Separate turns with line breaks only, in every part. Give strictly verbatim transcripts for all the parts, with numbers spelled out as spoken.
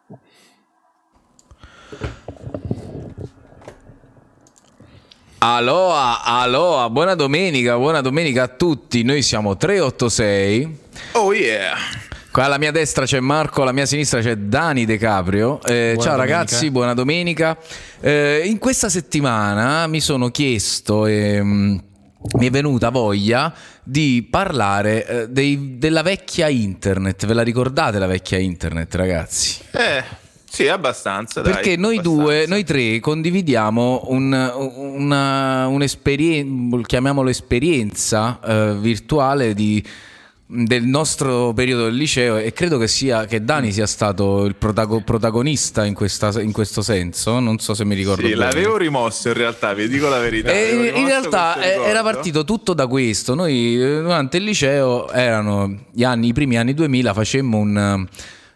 Aloha, aloha, buona domenica, buona domenica a tutti. Noi siamo tre otto sei.
Oh yeah.
Qua alla mia destra c'è Marco, alla mia sinistra c'è Dani De Caprio. Eh, ciao domenica. Ragazzi, buona domenica. Eh, in questa settimana mi sono chiesto e mh, mi è venuta voglia di parlare eh, dei, della vecchia internet. Ve la ricordate la vecchia internet, ragazzi?
Eh... Sì, abbastanza. Dai,
perché noi
abbastanza.
due, noi tre condividiamo un, una, un'esperienza, chiamiamolo esperienza eh, virtuale di, del nostro periodo del liceo, e credo che sia che Dani sia stato il protago, protagonista in, questa, in questo senso. Non so se mi ricordo
sì,
bene.
L'avevo rimosso in realtà, vi dico la verità.
E in realtà era partito tutto da questo. Noi durante il liceo, erano gli anni, i primi anni duemila, facemmo un...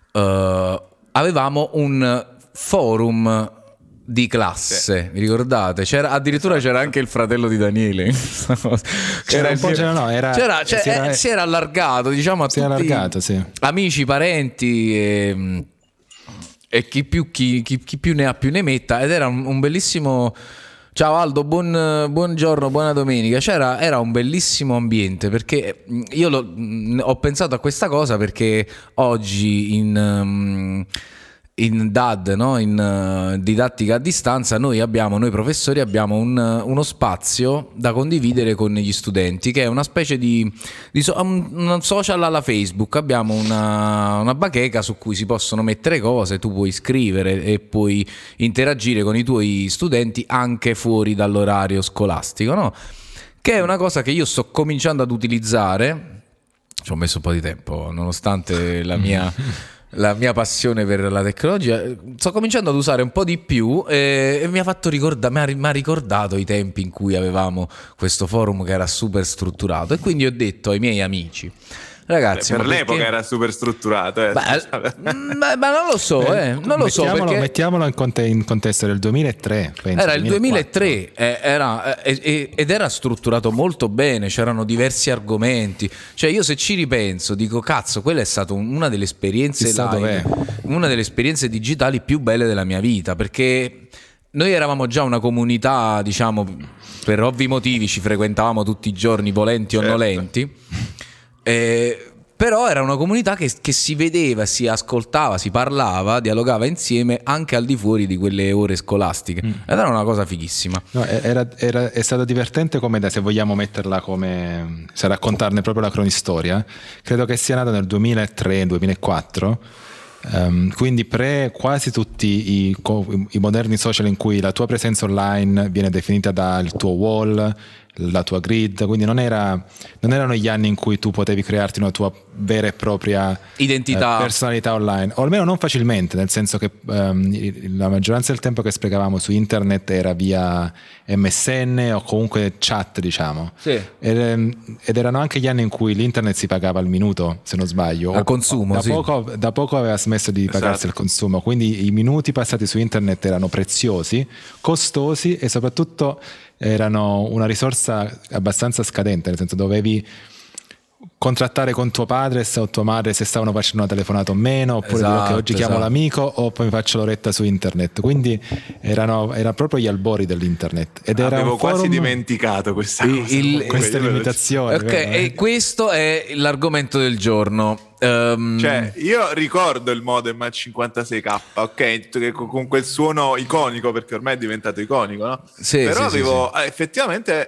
Uh, avevamo un forum di classe, sì. Vi ricordate? C'era, addirittura esatto. C'era anche il fratello di Daniele.
C'era un po', c'era, no, era,
c'era, cioè, si, era, eh, si era allargato, diciamo, a
si
tutti
allargato, sì.
Amici, parenti e, e chi, più, chi, chi, chi più ne ha più ne metta. Ed era un, un bellissimo... Ciao Aldo, buon, buongiorno, buona domenica. C'era, era un bellissimo ambiente, perché io lo, ho pensato a questa cosa perché oggi in, in D A D, no? In uh, didattica a distanza, noi abbiamo, noi professori abbiamo un, uno spazio da condividere con gli studenti, che è una specie di, di so, un, un social alla Facebook. Abbiamo una, una bacheca su cui si possono mettere cose, tu puoi scrivere e puoi interagire con i tuoi studenti anche fuori dall'orario scolastico, no? Che è una cosa che io sto cominciando ad utilizzare. Ci ho messo un po' di tempo, nonostante la mia... la mia passione per la tecnologia, sto cominciando ad usare un po' di più e, e mi ha fatto ricordare, mi ha ricordato i tempi in cui avevamo questo forum che era super strutturato, e quindi ho detto ai miei amici: ragazzi,
beh, per
ma
l'epoca
perché...
era super strutturato, eh.
Beh, ma, ma non lo so, eh, non lo so
mettiamolo,
perché...
mettiamolo in, conte- in contesto del duemilatré, penso,
era il
duemilaquattro.
duemilatré, eh, era, eh, ed era strutturato molto bene, c'erano diversi argomenti. Cioè, io se ci ripenso dico, cazzo, quella è stata una delle esperienze live, una delle esperienze digitali più belle della mia vita, perché noi eravamo già una comunità, diciamo, per ovvi motivi ci frequentavamo tutti i giorni, volenti certo. o nolenti. Eh, però era una comunità che, che si vedeva, si ascoltava, si parlava, dialogava insieme anche al di fuori di quelle ore scolastiche, mm. ed era una cosa fighissima.
No, era, era, è stato divertente come, da, se vogliamo metterla come, se raccontarne proprio la cronistoria, credo che sia nato nel duemilatré duemilaquattro. Um, quindi pre quasi tutti i, i moderni social in cui la tua presenza online viene definita dal tuo wall, la tua grid, quindi non, era, non erano gli anni in cui tu potevi crearti una tua vera e propria
identità,
eh, personalità online, o almeno non facilmente, nel senso che um, la maggioranza del tempo che sprecavamo su internet era via M S N o comunque chat, diciamo.
Sì.
Ed, ed erano anche gli anni in cui l'internet si pagava al minuto, se non sbaglio,
al consumo,
da,
sì.
poco, da poco aveva smesso di pagarsi esatto. il consumo, quindi i minuti passati su internet erano preziosi, costosi e soprattutto erano una risorsa abbastanza scadente, nel senso dovevi contrattare con tuo padre o tua madre se stavano facendo una telefonata o meno, oppure esatto, dire, ok, oggi chiamo esatto. l'amico o poi mi faccio l'oretta su internet. Quindi erano era proprio gli albori dell'internet ed era
avevo
un forum...
quasi dimenticato questa cosa,
il,
queste limitazioni.
Ok, vero, eh? E questo è l'argomento del giorno. Um...
Cioè, io ricordo il modem al cinquantasei K, ok, con quel suono iconico, perché ormai è diventato iconico, no?
Sì,
però
sì,
avevo
sì, sì.
effettivamente,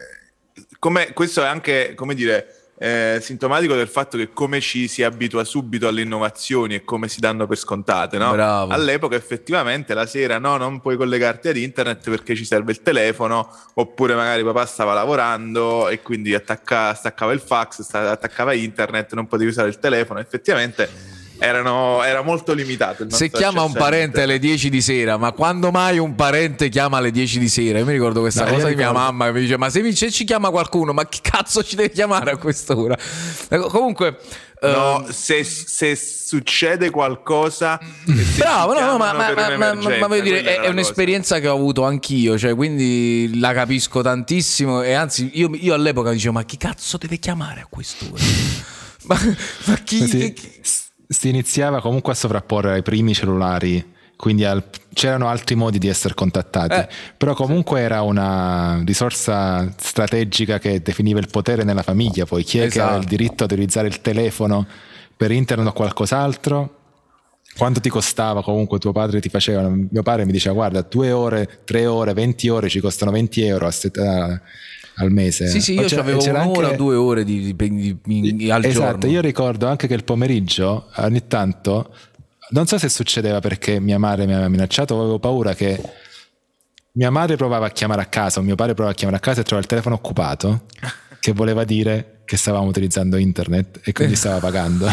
come questo è anche, come dire, eh, sintomatico del fatto che come ci si abitua subito alle innovazioni e come si danno per scontate, no?
Bravo.
All'epoca effettivamente la sera no, non puoi collegarti ad internet perché ci serve il telefono, oppure magari papà stava lavorando e quindi attacca, staccava il fax, sta, attaccava internet, non potevi usare il telefono. Effettivamente erano, era molto limitato il
se chiama un parente alle dieci di sera, ma quando mai un parente chiama alle dieci di sera? Io mi ricordo questa no, cosa di mia mamma che mi dice: ma se, mi, se ci chiama qualcuno, ma chi cazzo ci deve chiamare a quest'ora? Comunque
no,
um...
se, se succede qualcosa
bravo, no, no, ma, ma, ma, ma, ma voglio dire, è, è un'esperienza che ho avuto anch'io, cioè, quindi la capisco tantissimo. E anzi io, io all'epoca dicevo: ma chi cazzo deve chiamare a quest'ora? ma, ma chi,
sì.
chi...
si iniziava comunque a sovrapporre ai primi cellulari, quindi al, c'erano altri modi di essere contattati, eh, però comunque sì. Era una risorsa strategica che definiva il potere nella famiglia. Poi chi è esatto. che aveva il diritto ad utilizzare il telefono per internet o qualcos'altro, quanto ti costava, comunque tuo padre ti faceva, mio padre mi diceva guarda due ore, tre ore, venti ore ci costano venti euro a set, a, al mese.
Sì sì, io avevo un'ora o due ore di, di, di, di, al
esatto,
giorno.
Io ricordo anche che il pomeriggio ogni tanto, non so se succedeva perché mia madre mi aveva minacciato, avevo paura che mia madre provava a chiamare a casa o mio padre provava a chiamare a casa e trovava il telefono occupato, che voleva dire che stavamo utilizzando internet e quindi stava pagando.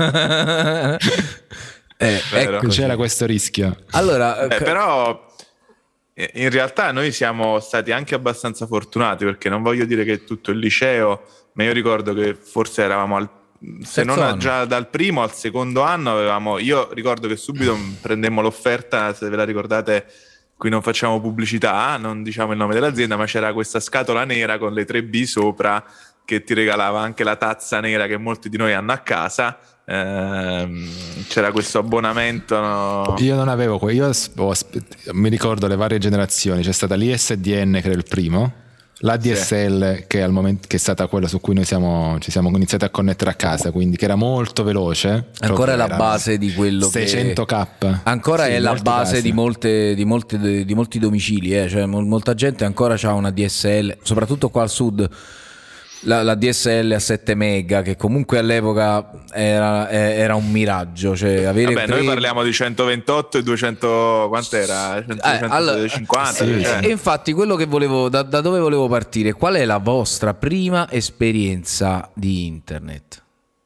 eh, ecco, c'era questo rischio.
Allora,
eh, però in realtà noi siamo stati anche abbastanza fortunati, perché non voglio dire che tutto il liceo, ma io ricordo che forse eravamo al se non anno. già dal primo al secondo anno avevamo, io ricordo che subito prendemmo l'offerta, se ve la ricordate, qui non facciamo pubblicità, non diciamo il nome dell'azienda, ma c'era questa scatola nera con le tre B sopra che ti regalava anche la tazza nera che molti di noi hanno a casa. Ehm, c'era questo abbonamento, no?
Io non avevo que- io ho, mi ricordo le varie generazioni, c'è stata l'I S D N che era il primo, l'A D S L sì. che, al momento, che è stata quella su cui noi siamo, ci siamo iniziati a connettere a casa, quindi che era molto veloce,
ancora è la base di quello
seicento K
che ancora sì, è la base case. di molte di, molte, di molti domicili, eh. Cioè, molta gente ancora ha una D S L, soprattutto qua al sud. La, la D S L a sette mega, che comunque all'epoca era, era un miraggio, cioè avere
Vabbè,
tre...
noi parliamo di centoventotto e duecento, quant'era? centocinquanta
Eh, allora, sì. E infatti quello che volevo, da, da dove volevo partire, qual è la vostra prima esperienza di internet?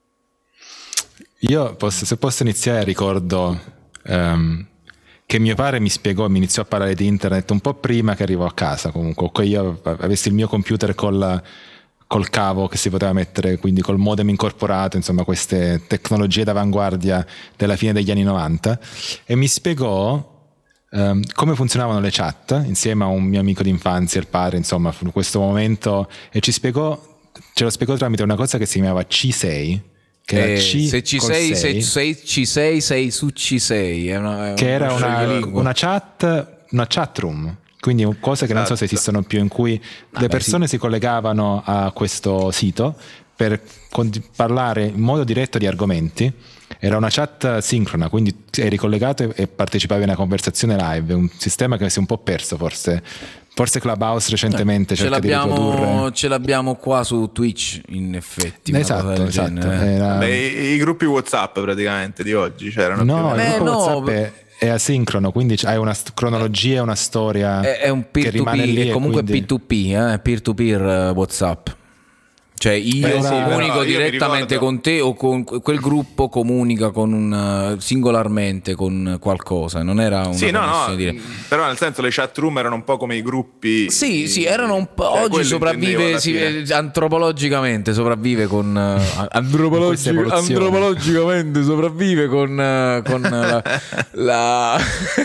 Io posso, se posso iniziare, ricordo um, che mio padre mi spiegò, mi iniziò a parlare di internet un po' prima che arrivo a casa, comunque che io avessi il mio computer con la col cavo che si poteva mettere, quindi col modem incorporato, insomma queste tecnologie d'avanguardia della fine degli anni novanta, e mi spiegò um, come funzionavano le chat insieme a un mio amico d'infanzia, il padre, insomma, fu questo momento, e ci spiegò, ce lo spiegò tramite una cosa che si chiamava C sei, che era
eh,
C
se ci sei, sei. Se sei ci sei, sei su C sei, è una, è
che era una, una chat, una chat room. Quindi cose che esatto. non so se esistono più, in cui ah, le persone beh, sì. si collegavano a questo sito per parlare in modo diretto di argomenti. Era una chat sincrona, quindi eri collegato e partecipavi a una conversazione live, un sistema che si è un po' perso forse. Forse Clubhouse recentemente
eh, ce, l'abbiamo, ce l'abbiamo qua su Twitch, in effetti.
Esatto, esatto. Era...
Beh, i, i gruppi WhatsApp praticamente di oggi c'erano.
No,
più
il gruppo
no,
WhatsApp è... è asincrono, quindi hai una cronologia, una storia,
è, è un peer
che
to peer,
rimane lì,
è comunque
quindi...
P due P, eh? peer to peer WhatsApp. Cioè io
Beh, sì,
comunico
io
direttamente con te, o con quel gruppo comunica con un, singolarmente con qualcosa, non era una
sì, no, no,
dire.
Però nel senso le chat room erano un po' come i gruppi.
Sì, di, sì, erano un po'. Cioè, oggi sopravvive sì, antropologicamente sopravvive con uh, antropologi, antropologicamente sopravvive con, con la, la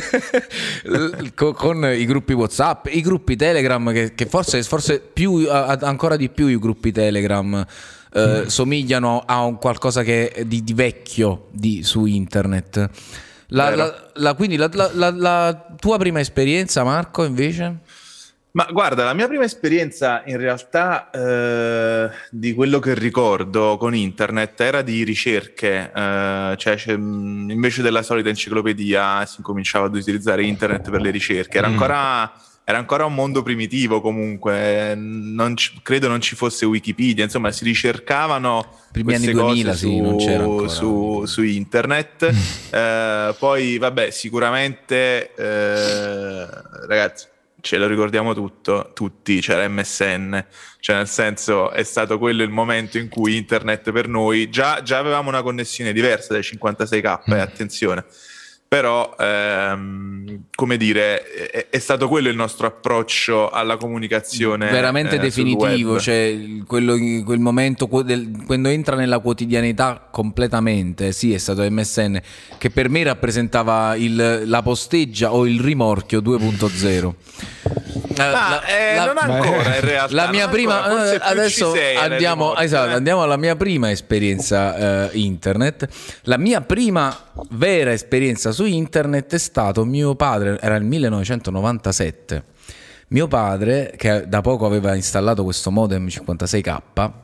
con, con i gruppi WhatsApp, i gruppi Telegram, che, che forse forse più ancora di più i gruppi Telegram eh, mm. somigliano a un qualcosa che è di, di vecchio di, su internet. La, la, la, quindi la, la, la, la tua prima esperienza, Marco, invece?
Ma guarda, la mia prima esperienza in realtà eh, di quello che ricordo con internet era di ricerche, eh, cioè invece della solita enciclopedia si cominciava ad utilizzare internet per le ricerche, era mm. ancora... Era ancora un mondo primitivo, comunque non ci, credo non ci fosse Wikipedia, insomma si ricercavano
primi
queste
anni duemila,
cose
sì,
su,
non c'era ancora
su, su internet. eh, poi vabbè, sicuramente eh, ragazzi, ce lo ricordiamo tutto, tutti, c'era M S N, cioè nel senso è stato quello il momento in cui internet per noi, già, già avevamo una connessione diversa dai cinquantasei K, mm. eh, attenzione. Però, ehm, come dire, è, è stato quello il nostro approccio alla comunicazione
veramente
eh,
definitivo, cioè quello, quel momento del, quando entra nella quotidianità completamente. Sì, è stato M S N che per me rappresentava il, la posteggia o il rimorchio due punto zero. La,
Ah, eh,
la-
non ancora in realtà.
la mia
non
prima
ancora, forse
eh,
più
adesso
ci sei alle
andiamo,
remote,
esatto,
eh.
andiamo alla mia prima esperienza eh, internet. La mia prima vera esperienza su internet è stato mio padre, era il millenovecentonovantasette. Mio padre, che da poco aveva installato questo modem cinquantasei K,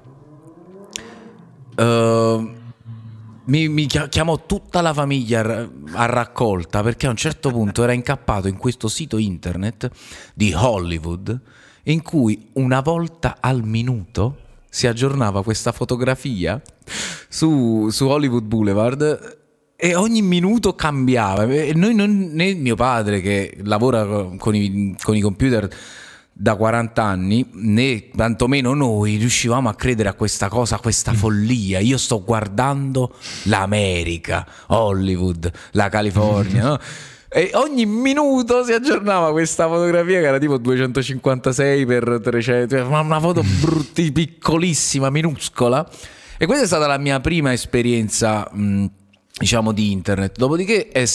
eh, mi, mi chia- chiamò tutta la famiglia a, a raccolta, perché a un certo punto era incappato in questo sito internet di Hollywood, in cui una volta al minuto si aggiornava questa fotografia su, su Hollywood Boulevard, e ogni minuto cambiava. E noi non, né mio padre, che lavora con i, con i computer da quaranta anni, né tantomeno noi riuscivamo a credere a questa cosa, a questa follia. Io sto guardando l'America, Hollywood, la California, no? E ogni minuto si aggiornava questa fotografia, che era tipo duecentocinquantasei per trecento, ma una foto brutti, piccolissima, minuscola. E questa è stata la mia prima esperienza, mh, diciamo, di internet. Dopodiché è,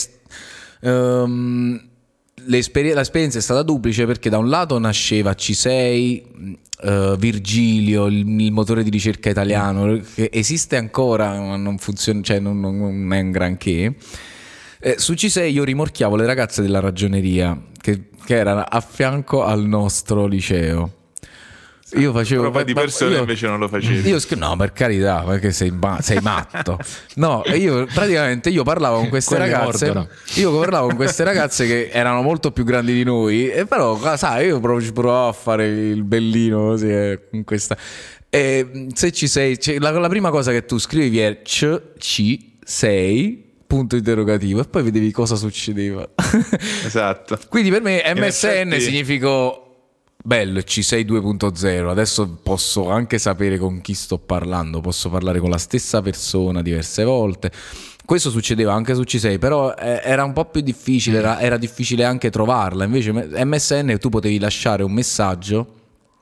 um, l'esper- l'esperienza è stata duplice, perché da un lato nasceva C sei, uh, Virgilio, il, il motore di ricerca italiano, che esiste ancora, ma non funziona, cioè non, non, non è un granché. Eh, su C sei io rimorchiavo le ragazze della ragioneria che, che erano a fianco al nostro liceo. Io facevo
Prova di persone,
io,
invece non lo facevi.
Io sc- no, per carità, perché sei, ma- sei matto. No, e io praticamente io parlavo con queste
Quelle
ragazze.
mordono.
Io parlavo con queste ragazze che erano molto più grandi di noi, e però, sai, io prov- ci provavo a fare il bellino così, eh, con questa. E se ci sei, cioè, la, la prima cosa che tu scrivi è C C sei punto interrogativo, e poi vedevi cosa succedeva.
Esatto.
Quindi per me M S N
effetti-
significò bello, C sei due punto zero. Adesso posso anche sapere con chi sto parlando, posso parlare con la stessa persona diverse volte. Questo succedeva anche su C sei, però eh, era un po' più difficile, era, era difficile anche trovarla. Invece M S N tu potevi lasciare un messaggio.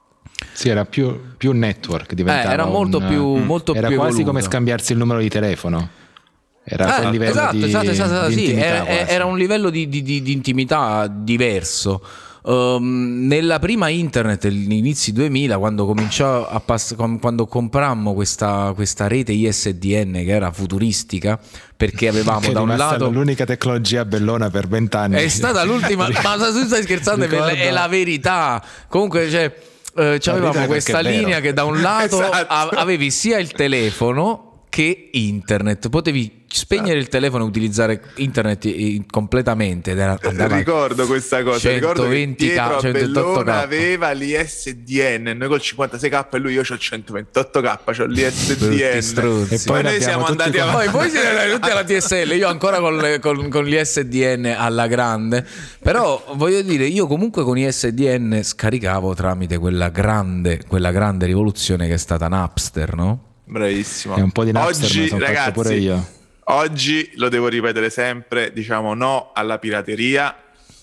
Sì, era più, più network, diventava
Eh, era molto
un-
più- molto
era
più
quasi
evoluto.
come scambiarsi il numero di telefono. Era
Eh,
quel livello
esatto,
di,
esatto, esatto, esatto,
di
sì,
intimità
era,
quasi.
era un livello di, di- di- di intimità diverso. Um, nella prima internet, negli inizi duemila, quando cominciò a pass- quando comprammo questa, questa rete I S D N che era futuristica, perché avevamo
Che è
da un
rimasta
lato
l'unica tecnologia bellona per vent'anni.
è stata l'ultima, ma tu stai scherzando,
Ricordo-
è la verità. Comunque, cioè, eh, c'avevamo
ridere
questa
perché è vero.
linea che da un lato
Esatto.
a- avevi sia il telefono che internet, potevi spegnere il telefono e utilizzare internet eh, completamente ed era, andava
Ricordo questa cosa, ricordo che
centoventi K,
Pietro a
centoventotto K.
Bellona aveva l'I S D N, noi col cinquantasei K e lui, io c'ho il centoventotto K, c'ho l'I S D
Brutti stronzi.
N.
E
poi
Poi noi
ne
siamo
abbiamo tutti
andati
qua.
avanti.
Poi voi siete andati tutti alla D S L, io ancora con, le- con, con gli S D N alla grande. Però voglio dire, io comunque con i S D N scaricavo tramite quella grande, quella grande rivoluzione che è stata Napster, no?
Bravissimo.
E un po' di Napster me
Oggi,
ne sono fatto
ragazzi,
pure io.
oggi lo devo ripetere sempre, diciamo no alla pirateria.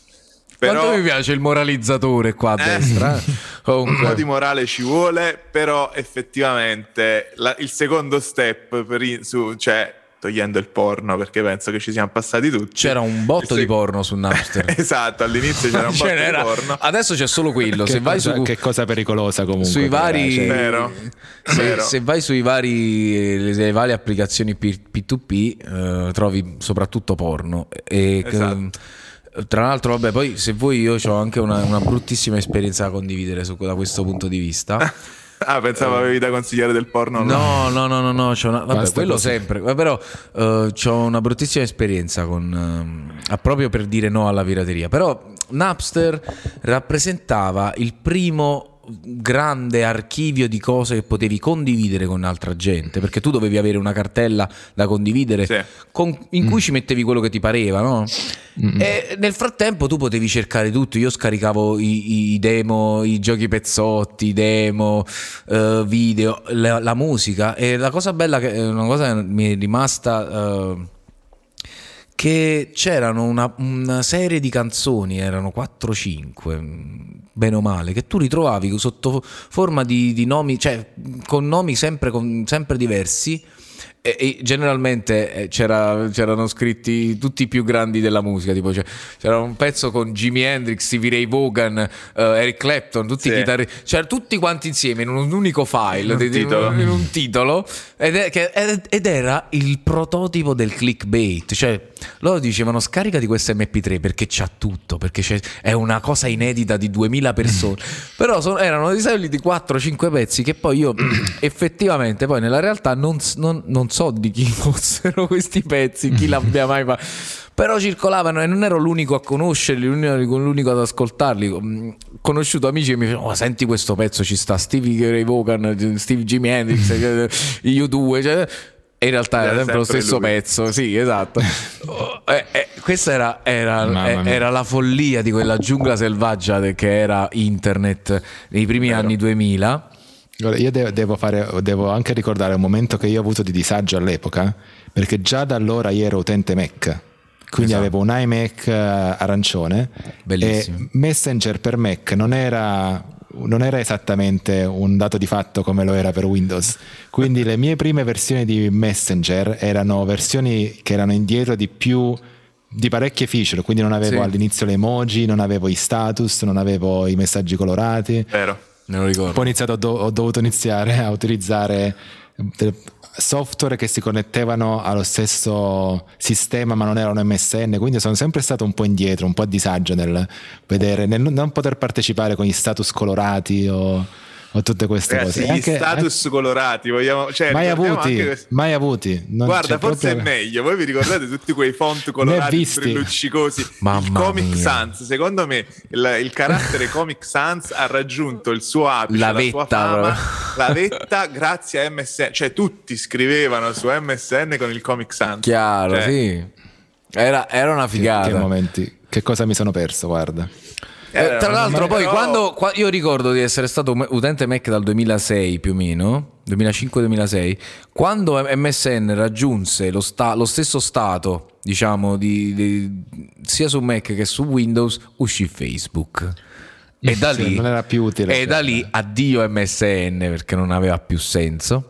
Però
Quanto mi piace il moralizzatore qua a
Eh.
destra. eh?
un
Comunque,
po' di morale ci vuole, però effettivamente la- il secondo step per in- su, cioè togliendo il porno, perché penso che ci siamo passati tutti.
c'era un botto
Il se-
di porno su Napster.
Esatto, all'inizio c'era un
Ce
botto
n'era-
di porno.
Adesso c'è solo quello.
Che
Se vai
cosa,
su,
che cosa pericolosa comunque.
sui
però,
vari
cioè,
Vero,
se,
vero.
se vai sui vari le, le varie applicazioni P due P eh, trovi soprattutto porno e
Esatto.
eh, tra l'altro vabbè, poi se vuoi io ho anche una, una bruttissima esperienza da condividere su, da questo punto di vista.
Ah, pensavo avevi da consigliare del porno.
No, no, no, no, no, c'ho una, vabbè,
Basta
quello
così.
sempre, ma però eh, c'ho una bruttissima esperienza con ehm, ah, proprio per dire no alla pirateria. Però Napster rappresentava il primo grande archivio di cose che potevi condividere con altra gente, perché tu dovevi avere una cartella da condividere
Sì.
con- in cui ci mettevi quello che ti pareva, no? E nel frattempo tu potevi cercare tutto. Io scaricavo i, i demo, i giochi pezzotti, i demo, eh, video, la, la musica. E la cosa bella, che una cosa che mi è rimasta, eh, che c'erano una, una serie di canzoni, erano quattro cinque, bene o male, che tu ritrovavi sotto forma di, di nomi, cioè con nomi sempre, con, sempre diversi, e, e generalmente c'era, c'erano scritti tutti i più grandi della musica, tipo cioè, c'era un pezzo con Jimi Hendrix, Stevie Ray Vaughan, uh, Eric Clapton, tutti sì. i chitarri, cioè tutti quanti insieme in un unico file,
in un,
di,
titolo.
in un titolo, ed, è, che, ed era il prototipo del clickbait, cioè loro dicevano scaricati questo emme pi tre perché c'ha tutto, perché c'è, è una cosa inedita di duemila persone, però sono, erano di soliti quattro cinque pezzi che poi io effettivamente poi nella realtà non, non, non so di chi fossero questi pezzi, chi l'abbia mai fatto, però circolavano e non ero l'unico a conoscerli, l'unico, l'unico ad ascoltarli. Ho conosciuto amici che mi dicevano: oh, senti questo pezzo, ci sta Stevie Ray Vaughan, Steve Jimi Hendrix, gli U due, cioè, e in realtà era sempre, sempre lo stesso lui. Pezzo, sì, esatto. eh, eh, questa era, era, eh, era la follia di quella giungla selvaggia che era internet nei primi Vero. anni duemila.
Io devo, fare, devo anche ricordare un momento che io ho avuto di disagio all'epoca, perché già da allora io ero utente Mac, quindi esatto. avevo un iMac arancione. Bellissimo. E Messenger per Mac non era, non era esattamente un dato di fatto come lo era per Windows, quindi le mie prime versioni di Messenger erano versioni che erano indietro di più di parecchie feature, quindi non avevo sì. all'inizio le emoji, non avevo i status, non avevo i messaggi colorati.
Vero.
Me lo ricordo.
Poi ho, iniziato, ho dovuto iniziare a utilizzare software che si connettevano allo stesso sistema ma non erano emme esse enne, quindi sono sempre stato un po' indietro, un po' a disagio nel vedere, nel non poter partecipare con gli status colorati o, o tutte queste
Ragazzi,
cose.
Gli
Anche,
status
anche...
colorati vogliamo, cioè,
mai avuti,
anche...
mai avuti. Non
Guarda, forse
proprio...
è meglio. Voi vi ricordate tutti quei font colorati luccicosi? Il Comic mia. Sans, secondo me il, il carattere Comic Sans ha raggiunto il suo apice, la, la vetta, sua fama, la vetta grazie a emme esse enne, cioè tutti scrivevano su emme esse enne con il Comic Sans.
Chiaro,
cioè...
sì. Era, era una figata.
Che, che momenti, che cosa mi sono perso, guarda.
Eh, tra l'altro poi però... quando, quando io ricordo di essere stato utente Mac dal duemilasei più o meno, duemilacinque duemilasei, quando emme esse enne raggiunse lo, sta, lo stesso stato, diciamo, di, di, sia su Mac che su Windows, uscì Facebook. E da
sì,
lì
non era più utile.
E da lì addio emme esse enne perché non aveva più senso.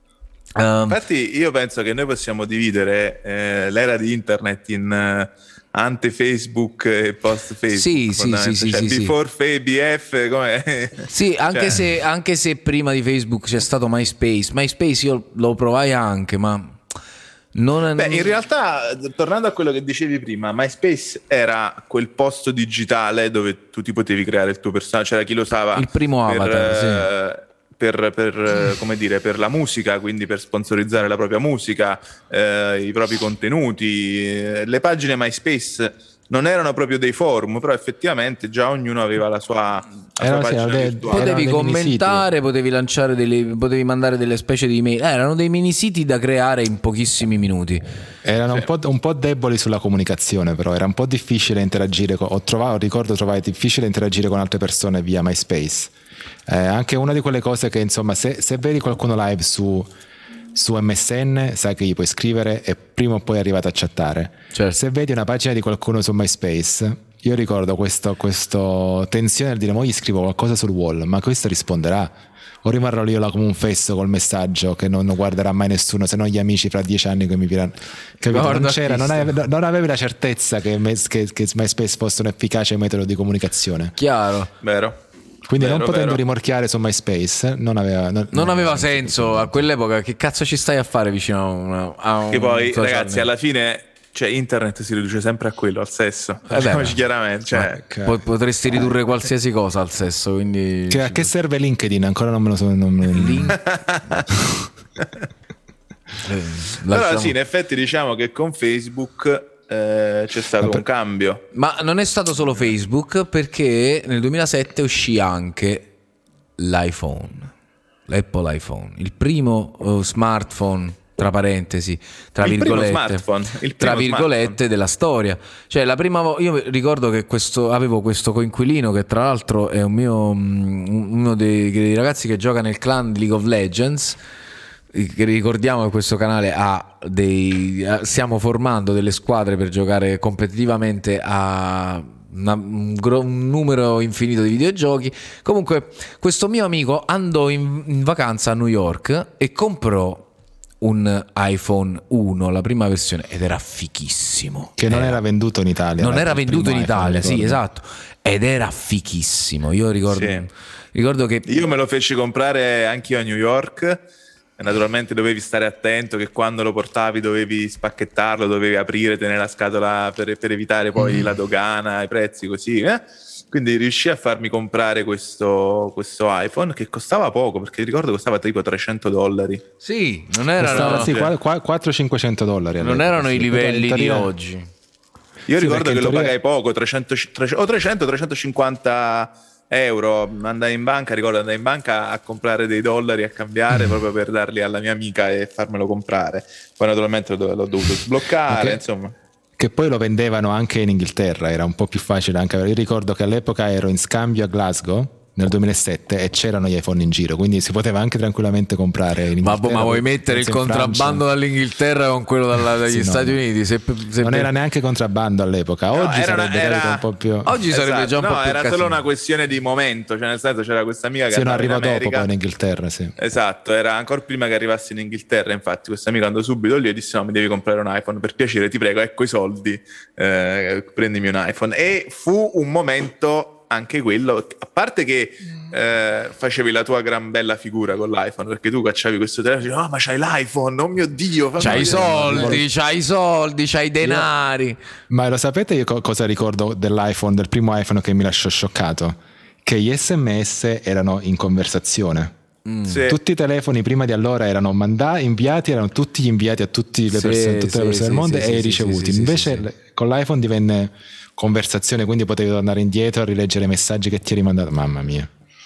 Um, Infatti io penso che noi possiamo dividere eh, l'era di internet in... Uh, ante Facebook e post Facebook,
sì, sì, sì, sì,
cioè
sì,
before sì. B F come
sì, anche, cioè... se, anche se prima di Facebook c'è stato MySpace. MySpace io lo provai anche, ma non...
Beh, in realtà, tornando a quello che dicevi prima, MySpace era quel posto digitale dove tu ti potevi creare il tuo personaggio, c'era chi lo usava
il primo
per,
avatar, sì.
Per, per, come dire, per la musica, quindi per sponsorizzare la propria musica, eh, i propri contenuti. Le pagine MySpace non erano proprio dei forum, però effettivamente già ognuno aveva la sua, la sua pagina
sì,
virtuale.
Potevi commentare, potevi lanciare delle, potevi mandare delle specie di email. Eh, erano dei mini siti da creare in pochissimi minuti.
Erano sì. un, po', un po' deboli sulla comunicazione, però era un po' difficile interagire con, ho trovato, ricordo trovai difficile interagire con altre persone via MySpace. Eh, anche una di quelle cose che insomma se, se vedi qualcuno live su, su emme esse enne sai che gli puoi scrivere e prima o poi arrivate a chattare.
Certo.
Se vedi una pagina di qualcuno su MySpace, io ricordo questo, questo tensione nel dire mo gli scrivo qualcosa sul wall, ma questo risponderà o rimarrò io là come un fesso col messaggio che non guarderà mai nessuno, se non gli amici fra dieci anni che mi diranno, capito? Non c'era, non avevi, non avevi la certezza che, che, che MySpace fosse un efficace metodo di comunicazione.
Chiaro.
Vero.
Quindi
vero,
non potendo
vero.
rimorchiare su MySpace non aveva, non,
non aveva senso a quell'epoca. Che cazzo ci stai a fare vicino a, una, a un
che poi ragazzi
media.
Alla fine cioè internet si riduce sempre a quello, al sesso,
eh
diciamoci chiaramente, cioè,
ma, potresti ridurre qualsiasi cosa al sesso, quindi
che, a che serve LinkedIn? Ancora non me lo so, non me lo...
Link...
eh, però sì, in effetti diciamo che con Facebook Eh, c'è stato per... un cambio.
Ma non è stato solo Facebook, perché nel duemilasette uscì anche l'iPhone, l'Apple iPhone, il primo uh, smartphone, tra parentesi, tra
il
virgolette,
primo smartphone, il primo
tra virgolette
smartphone. Della
storia. Cioè la prima volta, io ricordo che questo, avevo questo coinquilino che tra l'altro è un mio uno dei, dei ragazzi che gioca nel clan di League of Legends. Ricordiamo che questo canale ha dei stiamo formando delle squadre per giocare competitivamente a una, un, un numero infinito di videogiochi. Comunque questo mio amico andò in, in vacanza a New York e comprò un iPhone uno, la prima versione, ed era fichissimo.
Che non
era,
era venduto in Italia.
Non era venduto in Italia,
iPhone,
sì, esatto. Ed era fichissimo. Io ricordo,
Sì.
ricordo che...
Io me lo feci comprare anch'io a New York. E naturalmente dovevi stare attento che quando lo portavi dovevi spacchettarlo, dovevi aprire, tenere la scatola per, per evitare poi mm. la dogana, i prezzi così, eh? Quindi riuscii a farmi comprare questo, questo iPhone che costava poco, perché ricordo costava tipo trecento dollari.
Sì, non erano...
Sì, quattrocento-cinquecento dollari.
Non erano i livelli
teoria...
di oggi.
Io
sì,
ricordo che
teoria...
lo pagai poco, trecento, o trecento trecentocinquanta euro. Andai in banca, ricordo andai in banca a comprare dei dollari, a cambiare, mm. proprio per darli alla mia amica e farmelo comprare. Poi naturalmente l'ho, l'ho dovuto sbloccare, okay. Insomma.
Che poi lo vendevano anche in Inghilterra, era un po' più facile anche. Io ricordo che all'epoca ero in scambio a Glasgow nel duemilasette e c'erano gli iPhone in giro, quindi si poteva anche tranquillamente comprare in Inghilterra.
Ma, ma vuoi mettere il contrabbando dall'Inghilterra con quello dalla, dagli sì, Stati no. Uniti? Se, se
non per... era neanche contrabbando all'epoca. Oggi no, sarebbe una, era... un po' più.
Oggi esatto. sarebbe già un
no,
po' più
era
casino.
solo una questione di momento, cioè nel senso c'era questa amica che
sì, no, arrivò
in America.
dopo poi in Inghilterra, sì.
Esatto, era ancora prima che arrivassi in Inghilterra. Infatti, questa amica andò subito lì e disse: no, mi devi comprare un iPhone, per piacere, ti prego, ecco i soldi, eh, prendimi un iPhone. E fu un momento. Anche quello, a parte che eh, facevi la tua gran bella figura con l'iPhone, perché tu cacciavi questo telefono e dicevi: oh, ma c'hai l'iPhone, oh mio Dio,
c'hai i soldi, c'hai i soldi, c'hai i denari.
Io, ma lo sapete io co- cosa ricordo dell'iPhone, del primo iPhone che mi lasciò scioccato? Che gli sms erano in conversazione. Mm. Sì. Tutti i telefoni prima di allora erano mandati, inviati, erano tutti inviati a tutte le persone, sì, tutte sì, le persone sì, del mondo sì, e sì, ricevuti. Sì, Invece sì, sì. con l'iPhone divenne conversazione, quindi potevi tornare indietro a rileggere i messaggi che ti hai rimandato. Mamma mia,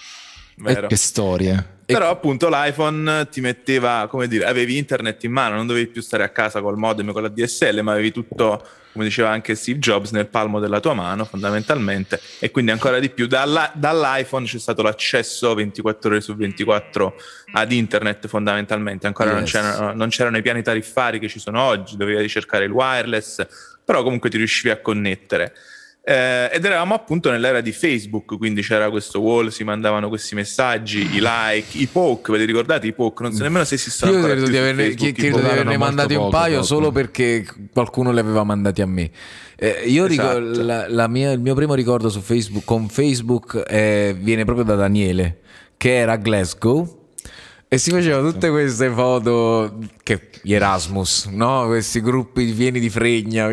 vero.
Che storie.
Però appunto l'iPhone ti metteva, come dire, avevi internet in mano, non dovevi più stare a casa col modem, con la D S L, ma avevi tutto, come diceva anche Steve Jobs, nel palmo della tua mano fondamentalmente. E quindi ancora di più dalla, dall'iPhone c'è stato l'accesso ventiquattro ore su ventiquattro ad internet fondamentalmente. Ancora yes. non, c'erano, non c'erano i piani tariffari che ci sono oggi, dovevi ricercare il wireless, però comunque ti riuscivi a connettere. Eh, ed eravamo appunto nell'era di Facebook, quindi c'era questo wall, si mandavano questi messaggi, i like, i poke, ve li ricordate i poke? Non so nemmeno se esistono
io
ancora
credo di averne,
Facebook,
credo di averne mandati un poco, paio poco. Solo perché qualcuno li aveva mandati a me. Eh, io esatto. ricordo, la, la mia, il mio primo ricordo su Facebook con Facebook eh, viene proprio da Daniele, che era a Glasgow e si facevano tutte queste foto che gli Erasmus, no? Questi gruppi pieni di fregna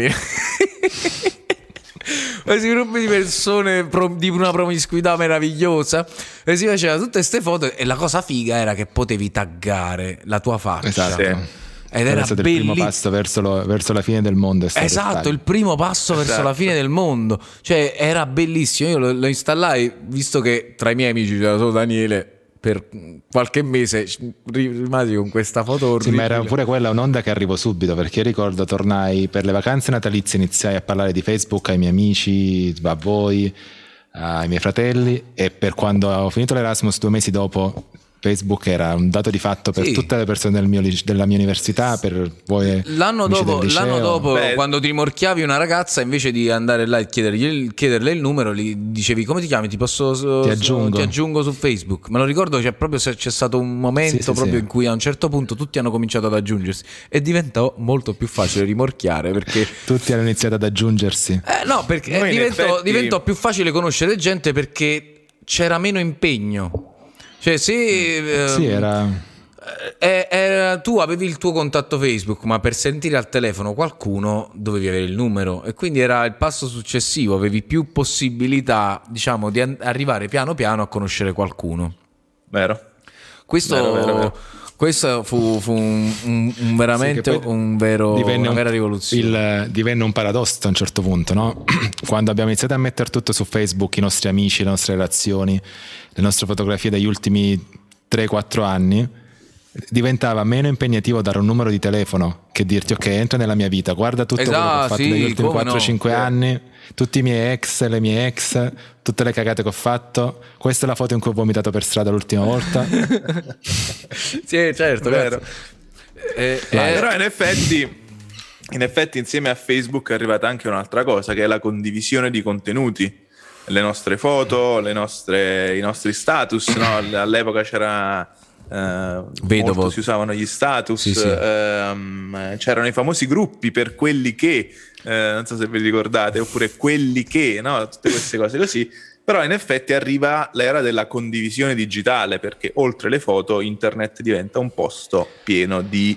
questi gruppi di persone pro, di una promiscuità meravigliosa, e si faceva tutte queste foto e la cosa figa era che potevi taggare la tua faccia.
Esatto.
Sì.
Ed era
stato il primo passo verso, lo, verso la fine del mondo.
Esatto, il primo passo verso esatto. la fine del mondo. Cioè era bellissimo. Io lo, lo installai, visto che tra i miei amici c'era solo Daniele. Per qualche mese rimasi con questa foto orribile.
Sì, ma era pure quella un'onda che arrivò subito, perché io ricordo tornai per le vacanze natalizie, iniziai a parlare di Facebook ai miei amici, a voi, ai miei fratelli, e per quando ho finito l'Erasmus due mesi dopo Facebook era un dato di fatto per sì. tutte le persone del mio, della mia università, per voi
l'anno dopo, l'anno dopo Beh. quando ti rimorchiavi una ragazza, invece di andare là e chiedergli, chiederle il numero, gli dicevi: come ti chiami? Ti posso
ti aggiungo,
ti aggiungo su Facebook. Me lo ricordo, c'è proprio c'è stato un momento sì, proprio sì, in cui a un certo punto tutti hanno cominciato ad aggiungersi e diventò molto più facile rimorchiare, perché
tutti hanno iniziato ad aggiungersi.
Eh, no, perché diventò, effetti... diventò più facile conoscere gente, perché c'era meno impegno. Cioè se
sì, era...
Eh, era tu avevi il tuo contatto Facebook, ma per sentire al telefono qualcuno dovevi avere il numero, e quindi era il passo successivo, avevi più possibilità, diciamo, di an- arrivare piano piano a conoscere qualcuno.
Vero.
Questo vero, vero, vero. Questo fu, fu un, un, un veramente sì, un vero, una vera rivoluzione.
Il, divenne un paradosso a un certo punto, no? Quando abbiamo iniziato a mettere tutto su Facebook, i nostri amici, le nostre relazioni, le nostre fotografie degli ultimi tre quattro anni, diventava meno impegnativo dare un numero di telefono che dirti: ok, entra nella mia vita, guarda tutto esatto, quello che ho fatto sì, negli ultimi quattro cinque no? anni, tutti i miei ex, le mie ex, tutte le cagate che ho fatto. Questa è la foto in cui ho vomitato per strada l'ultima volta.
Sì, certo, vero.
Eh, eh, però in effetti in effetti insieme a Facebook è arrivata anche un'altra cosa, che è la condivisione di contenuti, le nostre foto, le nostre, i nostri status, no? All'epoca c'era eh,
Vedovo.
molto si usavano gli status,
Sì, sì.
ehm, c'erano i famosi gruppi per quelli che, eh, non so se vi ricordate, oppure quelli che, no? Tutte queste cose così. Però in effetti arriva l'era della condivisione digitale, perché oltre le foto internet diventa un posto pieno di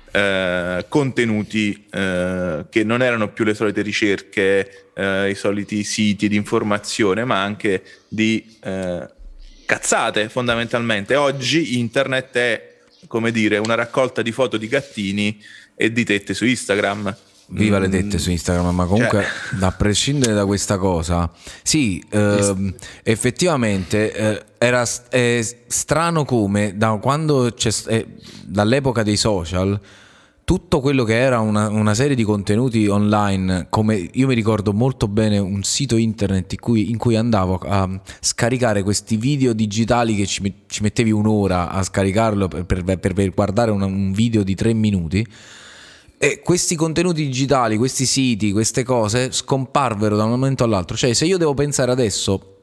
eh, contenuti eh, che non erano più le solite ricerche, eh, i soliti siti di informazione, ma anche di eh, cazzate fondamentalmente. Oggi internet è, come dire, una raccolta di foto di gattini e di tette su Instagram.
Viva le tette su Instagram, ma comunque
Cioè.
a prescindere da questa cosa, sì, ehm, effettivamente eh, era è strano come da quando c'è eh, dall'epoca dei social tutto quello che era una, una serie di contenuti online, come io mi ricordo molto bene un sito internet in cui, in cui andavo a scaricare questi video digitali che ci, ci mettevi un'ora a scaricarlo per, per, per, per guardare una, un video di tre minuti. E questi contenuti digitali, questi siti, queste cose scomparvero da un momento all'altro. Cioè, se io devo pensare adesso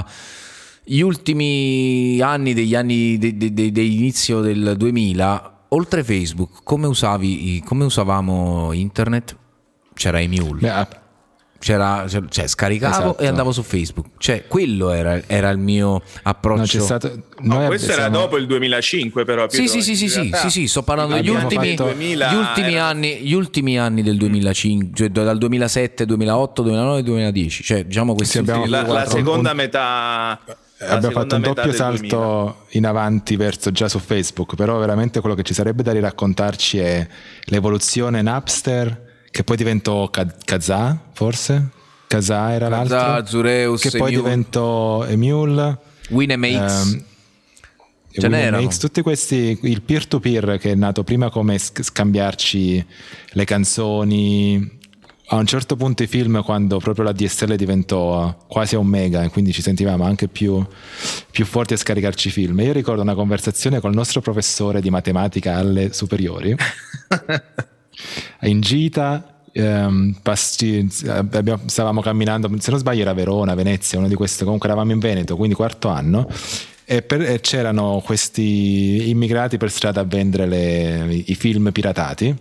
agli ultimi anni degli anni de, de, de, dell'inizio del duemila, oltre Facebook, come usavi, come usavamo internet? C'era Emule.
Beh,
C'era, cioè scaricavo
esatto.
e andavo su Facebook. Cioè, quello era, era il mio approccio.
No, c'è stato,
No,
noi
questo
siamo-
era dopo il duemilacinque, però.
Sì,
Pietro,
sì, sì, sì,
in
sì,
realtà
sì, sì, sto parlando degli
abbiamo
ultimi,
fatto-
duemila
gli ultimi
era-
anni, gli ultimi anni del duemilacinque, cioè dal duemilasette, duemilaotto, duemilanove, duemiladieci, cioè diciamo questi
Sì, abbiamo-
ultimi
la, la
quattro-
seconda
un-
metà la
abbiamo
seconda
fatto un
metà
doppio
del
salto
duemila.
in avanti verso già su Facebook, però veramente quello che ci sarebbe da riraccontarci è l'evoluzione Napster, che poi diventò Ka- Kazaa, forse? Kazaa era
Kazaa,
l'altro,
Zureus,
che poi
Emule.
diventò Emule,
Winamax.
ehm, e
Ce n'erano.
Winamax, tutti questi, il peer-to-peer che è nato prima come sc- scambiarci le canzoni. A un certo punto i film, quando proprio la D S L diventò quasi a un mega e quindi ci sentivamo anche più, più forti a scaricarci film. Io ricordo una conversazione col nostro professore di matematica alle superiori in gita. ehm, passi- abbiamo- stavamo camminando, se non sbaglio era Verona, Venezia, uno di questi, comunque eravamo in Veneto, quindi quarto anno, e, per- e c'erano questi immigrati per strada a vendere le- i film piratati.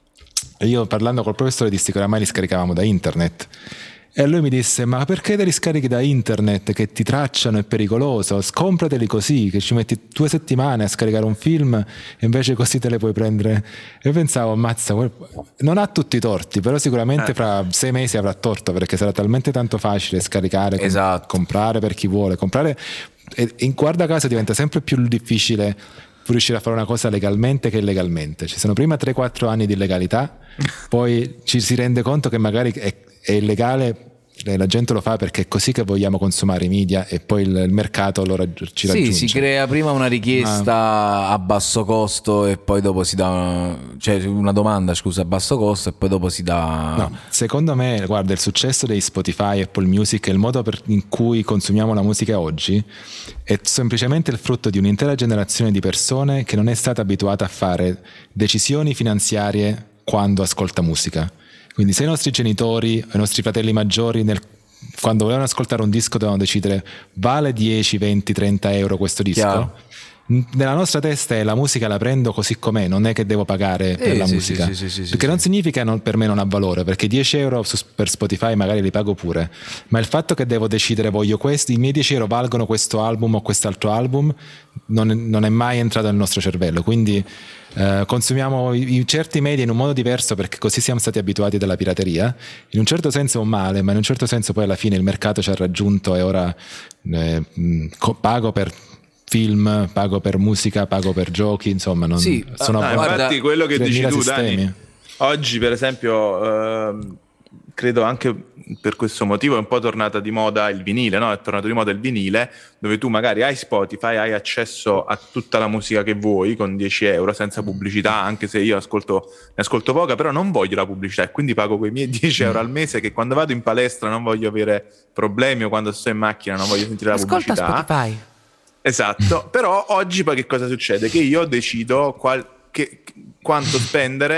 E io, parlando col professore, dissi che oramai li scaricavamo da internet, e lui mi disse: ma perché te li scarichi da internet, che ti tracciano, è pericoloso, scomprateli così, che ci metti due settimane a scaricare un film e invece così te le puoi prendere. E pensavo, ammazza, quel- non ha tutti i torti, però sicuramente fra sei mesi avrà torto, perché sarà talmente tanto facile scaricare, com-
Esatto.
comprare per chi vuole comprare, e in guarda caso diventa sempre più difficile riuscire a fare una cosa legalmente che illegalmente. Ci sono prima tre quattro anni di illegalità, poi ci si rende conto che magari è, è illegale, e la gente lo fa perché è così che vogliamo consumare i media, e poi il, il mercato lo raggi- ci raggiunge.
Sì, si crea prima una richiesta a basso costo e poi dopo si dà una, cioè una domanda, scusa, a basso costo e poi dopo si dà.
No, secondo me, guarda, il successo dei Spotify, Apple Music e il modo per- in cui consumiamo la musica oggi è semplicemente il frutto di un'intera generazione di persone che non è stata abituata a fare decisioni finanziarie quando ascolta musica. Quindi se i nostri genitori, i nostri fratelli maggiori, nel, quando volevano ascoltare un disco, dovevano decidere: vale dieci, venti, trenta euro questo disco?
Chiaro.
Nella nostra testa è: la musica la prendo così com'è, non è che devo pagare per
Eh,
la
sì,
musica,
sì, sì, sì, sì,
perché
sì.
non significa non, per me non ha valore, perché dieci euro su, per Spotify magari li pago pure, ma il fatto che devo decidere: voglio questi, i miei dieci euro valgono questo album o quest'altro album, non è, non è mai entrato nel nostro cervello. Quindi eh, consumiamo i, i certi media in un modo diverso perché così siamo stati abituati dalla pirateria. In un certo senso è un male, ma in un certo senso poi alla fine il mercato ci ha raggiunto e ora eh, mh, co- pago per film, pago per musica, pago per giochi, insomma non,
Sì,
sono
No,
guarda,
infatti quello che dici
tremila
tu,
sistemi.
Dani, oggi per esempio ehm, credo anche per questo motivo è un po' tornata di moda il vinile, no? È tornato di moda il vinile, dove tu magari hai Spotify, hai accesso a tutta la musica che vuoi con dieci euro senza pubblicità, anche se io ascolto, ne ascolto poca, però non voglio la pubblicità e quindi pago quei miei dieci euro al mese, che quando vado in palestra non voglio avere problemi, o quando sto in macchina non voglio sentire la
Ascolta
pubblicità.
Spotify.
Esatto, però oggi poi che cosa succede? Che io decido qual- che- quanto spendere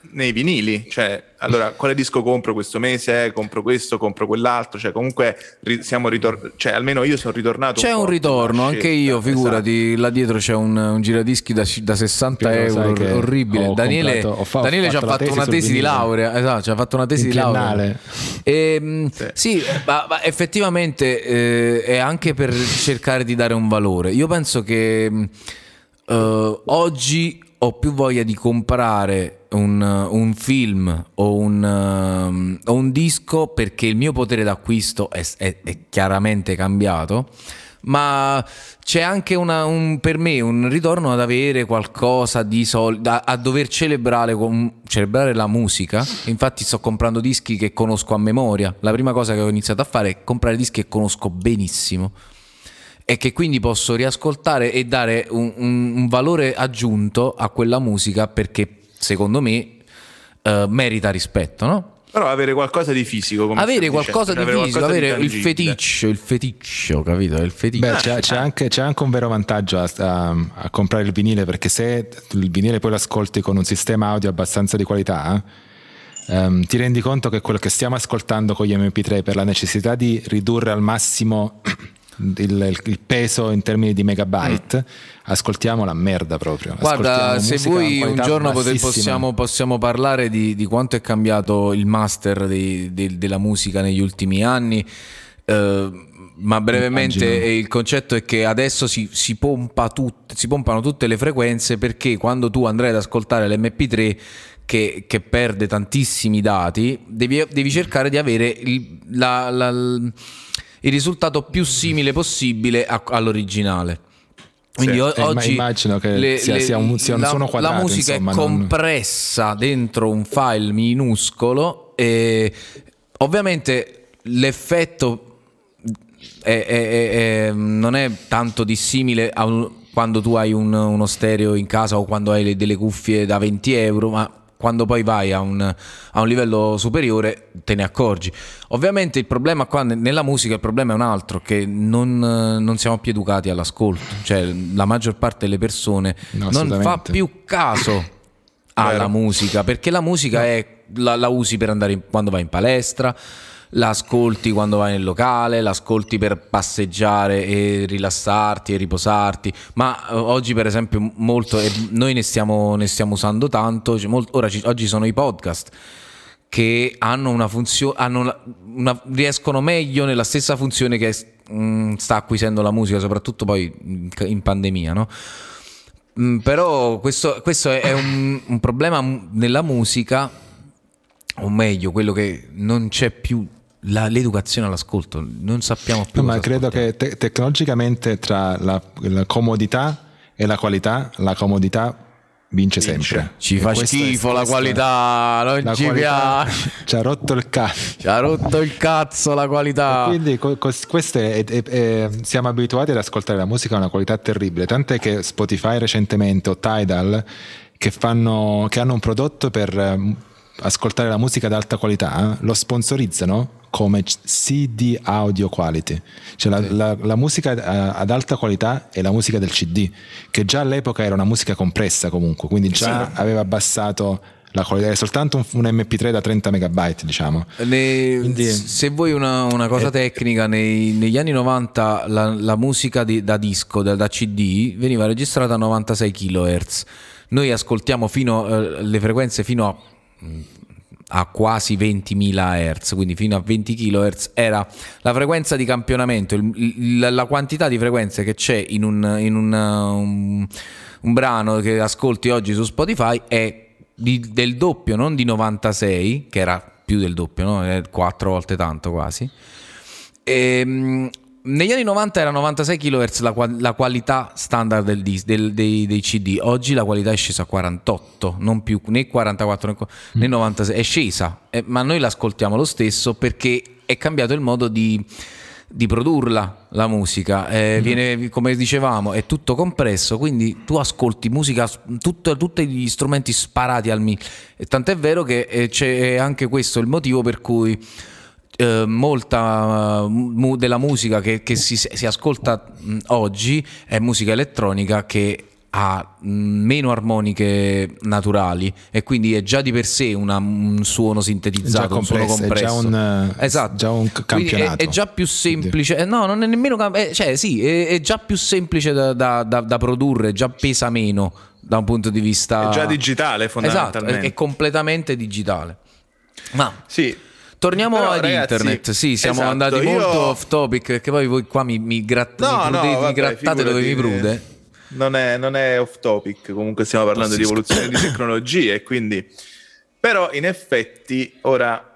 nei vinili, cioè allora quale disco compro questo mese, compro questo, compro quell'altro, cioè comunque ri- siamo ritornati, cioè almeno io sono ritornato
c'è
un,
un ritorno, anche io, figurati,
esatto.
Là dietro c'è un, un giradischi da, da sessanta
Però
euro, orribile. Daniele,
comprato, ho fa- ho
Daniele ci ha
fatto la
fatto
tesi
una
sul
tesi di
vinile.
laurea, esatto, ci ha fatto una tesi
In
di laurea.
triennale.
E,
Sì.
sì, ma, ma effettivamente eh, è anche per cercare di dare un valore. Io penso che eh, oggi ho più voglia di comprare un, un film o un, um, o un disco perché il mio potere d'acquisto è, è, è chiaramente cambiato, ma c'è anche una, un, per me un ritorno ad avere qualcosa di soldi, a, a dover celebrare, con, celebrare la musica. Infatti sto comprando dischi che conosco a memoria. La prima cosa che ho iniziato a fare è comprare dischi che conosco benissimo e che quindi posso riascoltare e dare un, un, un valore aggiunto a quella musica, perché secondo me uh, merita rispetto, no?
Però avere qualcosa di fisico, come
avere
stavi
qualcosa
dicendo,
di fisico, avere, avere il
tangibile.
feticcio, il feticcio, capito? Il feticcio.
Beh, c'è, c'è, anche, c'è anche un vero vantaggio a, a, a comprare il vinile, perché se il vinile poi lo ascolti con un sistema audio abbastanza di qualità, um, ti rendi conto che quello che stiamo ascoltando con gli emme pi tre, per la necessità di ridurre al massimo il, il peso in termini di megabyte, mm. ascoltiamo la merda proprio.
Guarda, se vuoi un giorno poter, possiamo, possiamo parlare di, di quanto è cambiato il master di, di, della musica negli ultimi anni, eh, ma brevemente Immagino. Il concetto è che adesso si, si, pompa tut, si pompano tutte le frequenze, perché quando tu andrai ad ascoltare l'emme pi tre che, che perde tantissimi dati, devi, devi cercare di avere il, la, la, il risultato più simile possibile a, all'originale. Quindi
sì,
o- oggi
immagino che le, sia, sia un, sia un
la,
suono quadrato,
la musica
insomma,
è
non...
compressa dentro un file minuscolo e ovviamente l'effetto è, è, è, non è tanto dissimile a un, quando tu hai un, uno stereo in casa o quando hai le, delle cuffie da venti euro, ma quando poi vai a un, a un livello superiore te ne accorgi. Ovviamente il problema qua nella musica, il problema è un altro, che non, non siamo più educati all'ascolto, cioè la maggior parte delle persone
no,
non fa più caso alla
Vero.
musica, perché la musica no. è, la, la usi per andare in, quando vai in palestra, la ascolti quando vai nel locale, l'ascolti per passeggiare e rilassarti e riposarti, ma eh, oggi per esempio molto, e noi ne stiamo, ne stiamo usando tanto, cioè, molto, ora ci, oggi sono i podcast che hanno una funzione, hanno una, una, riescono meglio nella stessa funzione che mh, sta acquisendo la musica, soprattutto poi in, in pandemia, no? Mm, però questo, questo è, è un, un problema nella musica, o meglio quello che non c'è più la, l'educazione all'ascolto, non sappiamo più.
No, ma
cosa
credo
ascoltiamo.
che te- tecnologicamente tra la, la comodità e la qualità, la comodità vince,
Vince.
sempre.
Ci
E
fa
questo è-
schifo la
questo è-
qualità, non
la
ci
qualità
piace,
ci ha rotto il cazzo.
ci ha rotto il cazzo la qualità.
Quindi co- co- questo è, è- è- siamo abituati ad ascoltare la musica a una qualità terribile, tant'è che Spotify recentemente o Tidal che, fanno, che hanno un prodotto per eh, ascoltare la musica ad alta qualità, lo sponsorizzano come C D audio quality, cioè la,
Sì.
la, la musica eh, ad alta qualità è la musica del C D, che già all'epoca era una musica compressa comunque, quindi già
Sì.
aveva abbassato la qualità, è soltanto un, un emme pi tre da trenta megabyte, diciamo.
Ne-
Quindi-
se vuoi una, una cosa tecnica, nei, negli anni novanta la, la musica di, da disco, da, da C D, veniva registrata a novantasei kilohertz. Noi ascoltiamo fino eh, le frequenze fino a, a quasi ventimila hertz, quindi fino a venti kilohertz era la frequenza di campionamento, il, il, la quantità di frequenze che c'è in un, in un, un, un brano che ascolti oggi su Spotify è di, del doppio, non di novantasei, che era più del doppio, no? È quattro volte tanto quasi. E, negli anni novanta era novantasei kilohertz la, la qualità standard del dis, del, dei, dei C D. Oggi la qualità è scesa a quarantotto, non più né quarantaquattro né, né novantasei, è scesa, eh, ma noi l'ascoltiamo lo stesso perché è cambiato il modo di, di produrla la musica, eh, mm. viene, come dicevamo, è tutto compresso, quindi tu ascolti musica, tutto, tutti gli strumenti sparati al mille, e tant'è vero che eh, c'è anche questo il motivo per cui Uh, molta uh, mu- della musica che, che si, si ascolta mh, oggi è musica elettronica che ha meno armoniche naturali e quindi è già di per sé una, un suono sintetizzato, un suono compresso.
È già un,
esatto.
già un campionato.
È, è già più semplice, quindi. No, non è nemmeno, è, cioè sì, è, è già più semplice da, da, da, da produrre, già pesa meno da un punto di vista.
È già digitale fondamentalmente.
Esatto, è, è completamente digitale. Ma
sì.
Torniamo
Però,
ad
ragazzi,
internet, sì, siamo
esatto,
andati
io...
molto off topic, perché poi voi qua mi, mi, gratt-
no,
mi,
no,
prudete,
vabbè,
mi grattate dove mi prude.
Non è, non è off topic, comunque stiamo parlando di evoluzione di tecnologie, quindi però in effetti ora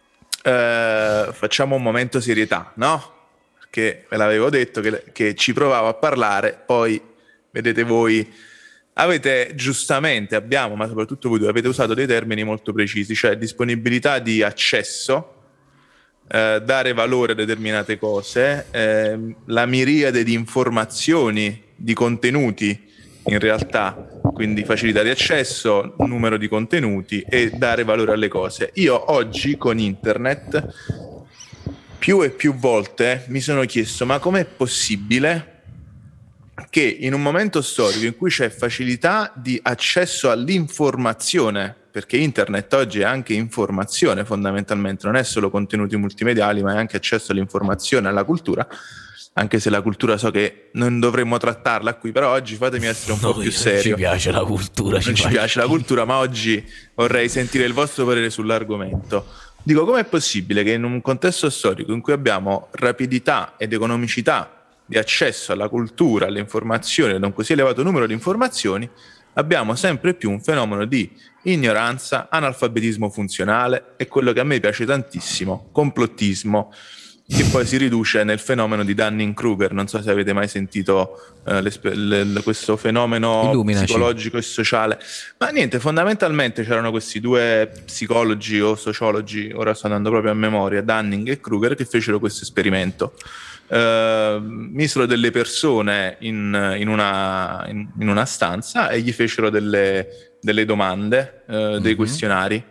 eh, facciamo un momento serietà, no? Perché ve l'avevo detto che, che ci provavo a parlare, poi vedete voi, avete giustamente, abbiamo, ma soprattutto voi due, avete usato dei termini molto precisi, cioè disponibilità di accesso, eh, dare valore a determinate cose, eh, la miriade di informazioni, di contenuti in realtà, quindi facilità di accesso, numero di contenuti e dare valore alle cose. Io oggi con internet più e più volte mi sono chiesto ma com'è possibile che in un momento storico in cui c'è facilità di accesso all'informazione, perché internet oggi è anche informazione fondamentalmente, non è solo contenuti multimediali ma è anche accesso all'informazione, alla cultura, anche se la cultura so che non dovremmo trattarla qui, però oggi fatemi essere un no, po' più serio.
Ci piace la cultura.
Non ci piace la cultura, ma oggi vorrei sentire il vostro parere sull'argomento. Dico, com'è possibile che in un contesto storico in cui abbiamo rapidità ed economicità di accesso alla cultura, alle informazioni, ad un così elevato numero di informazioni, abbiamo sempre più un fenomeno di ignoranza, analfabetismo funzionale e quello che a me piace tantissimo, complottismo, che poi si riduce nel fenomeno di Dunning-Kruger. Non so se avete mai sentito eh, le, le, questo fenomeno Illuminaci. Psicologico e sociale, ma niente, fondamentalmente c'erano questi due psicologi o sociologi, ora sto andando proprio a memoria, Dunning e Kruger, che fecero questo esperimento. Uh, misero delle persone in, in, una, in, in una stanza e gli fecero delle, delle domande, uh, mm-hmm. dei questionari.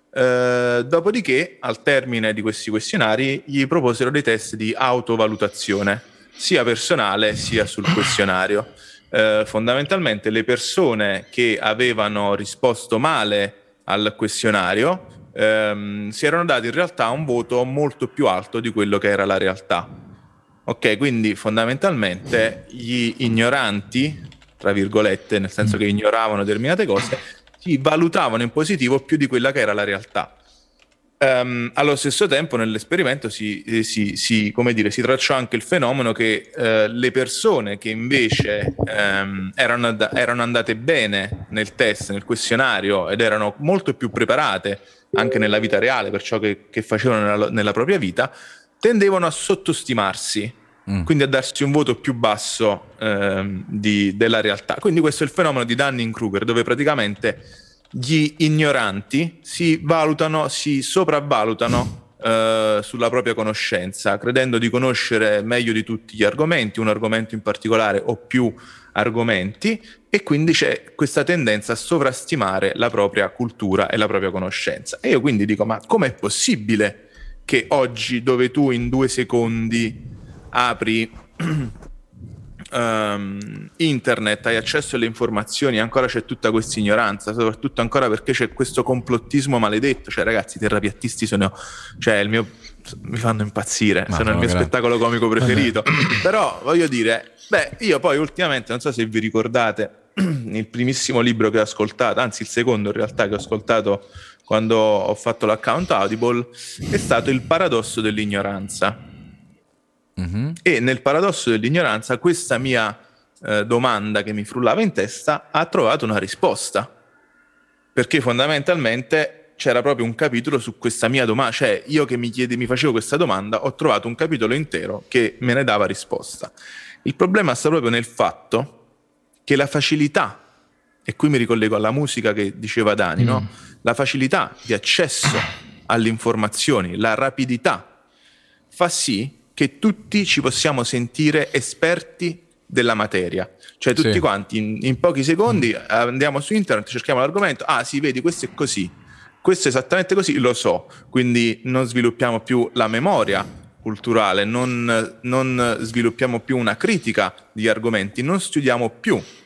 Uh, dopodiché, al termine di questi questionari, gli proposero dei test di autovalutazione, sia personale sia sul questionario. Uh, fondamentalmente, le persone che avevano risposto male al questionario um, si erano dati in realtà un voto molto più alto di quello che era la realtà. Ok, quindi fondamentalmente gli ignoranti, tra virgolette, nel senso che ignoravano determinate cose, si valutavano in positivo più di quella che era la realtà. Um, allo stesso tempo nell'esperimento si, si, si, come dire, si tracciò anche il fenomeno che uh, le persone che invece um, erano, erano andate bene nel test, nel questionario, ed erano molto più preparate anche nella vita reale per ciò che, che facevano nella, nella propria vita, tendevano a sottostimarsi, mm. quindi a darsi un voto più basso ehm, di, della realtà. Quindi questo è il fenomeno di Dunning-Kruger, dove praticamente gli ignoranti si valutano, si sopravvalutano eh, sulla propria conoscenza, credendo di conoscere meglio di tutti gli argomenti, un argomento in particolare o più argomenti, e quindi c'è questa tendenza a sovrastimare la propria cultura e la propria conoscenza. E io quindi dico, ma com'è possibile che oggi, dove tu in due secondi apri um, internet, hai accesso alle informazioni, ancora c'è tutta questa ignoranza, soprattutto ancora perché c'è questo complottismo maledetto. Cioè ragazzi, i terrapiattisti sono, cioè il mio, mi fanno impazzire, ma sono il mio gra- spettacolo comico preferito. Però voglio dire, beh, io poi ultimamente, non so se vi ricordate il primissimo libro che ho ascoltato, anzi il secondo in realtà che ho ascoltato quando ho fatto l'account Audible, è stato Il paradosso dell'ignoranza. Mm-hmm. E nel paradosso dell'ignoranza questa mia eh, domanda che mi frullava in testa ha trovato una risposta, perché fondamentalmente c'era proprio un capitolo su questa mia domanda, cioè io che mi, chiede, mi facevo questa domanda, ho trovato un capitolo intero che me ne dava risposta. Il problema sta proprio nel fatto che la facilità, e qui mi ricollego alla musica che diceva Dani, mm. no? La facilità di accesso alle informazioni, la rapidità, fa sì che tutti ci possiamo sentire esperti della materia. Cioè tutti sì. quanti in, in pochi secondi mm. andiamo su internet, cerchiamo l'argomento, ah sì, vedi, questo è così, questo è esattamente così, lo so. Quindi non sviluppiamo più la memoria culturale, non, non sviluppiamo più una critica di argomenti, non studiamo più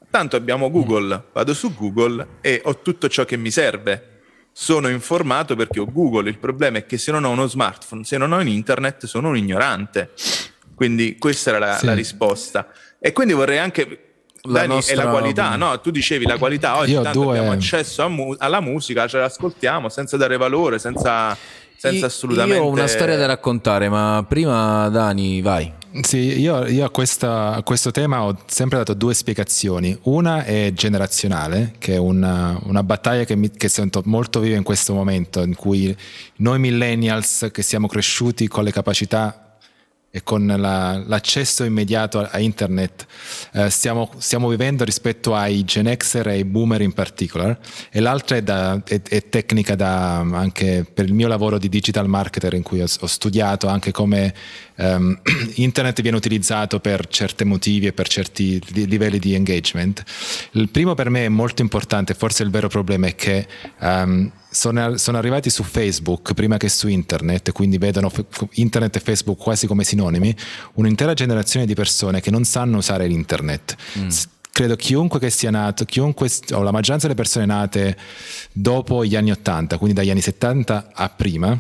Tanto abbiamo Google, vado su Google e ho tutto ciò che mi serve. Sono informato perché ho Google. Il problema è che se non ho uno smartphone, se non ho un internet, sono un ignorante. Quindi questa era la, sì. la risposta. E quindi vorrei anche... La Dani, nostra... è la qualità, no? Tu dicevi la qualità, oggi
Io
tanto
due...
abbiamo accesso a mu- alla musica, ce l'ascoltiamo senza dare valore, senza, senza assolutamente...
Io ho una storia da raccontare, ma prima Dani, vai.
Sì, io, io a, questa, a questo tema ho sempre dato due spiegazioni. Una è generazionale, che è una, una battaglia che, mi, che sento molto viva in questo momento, in cui noi millennials che siamo cresciuti con le capacità e con la, l'accesso immediato a internet eh, stiamo, stiamo vivendo rispetto ai Gen Xer e ai boomer in particular, e l'altra è, da, è, è tecnica da, anche per il mio lavoro di digital marketer, in cui ho, ho studiato anche come um, internet viene utilizzato per certi motivi e per certi livelli di engagement. Il primo per me è molto importante, forse il vero problema è che um, Sono, sono arrivati su Facebook prima che su internet, quindi vedono internet e Facebook quasi come sinonimi, un'intera generazione di persone che non sanno usare l'internet. Mm. Credo chiunque che sia nato, chiunque, o la maggioranza delle persone nate dopo gli anni ottanta, quindi dagli anni settanta a prima,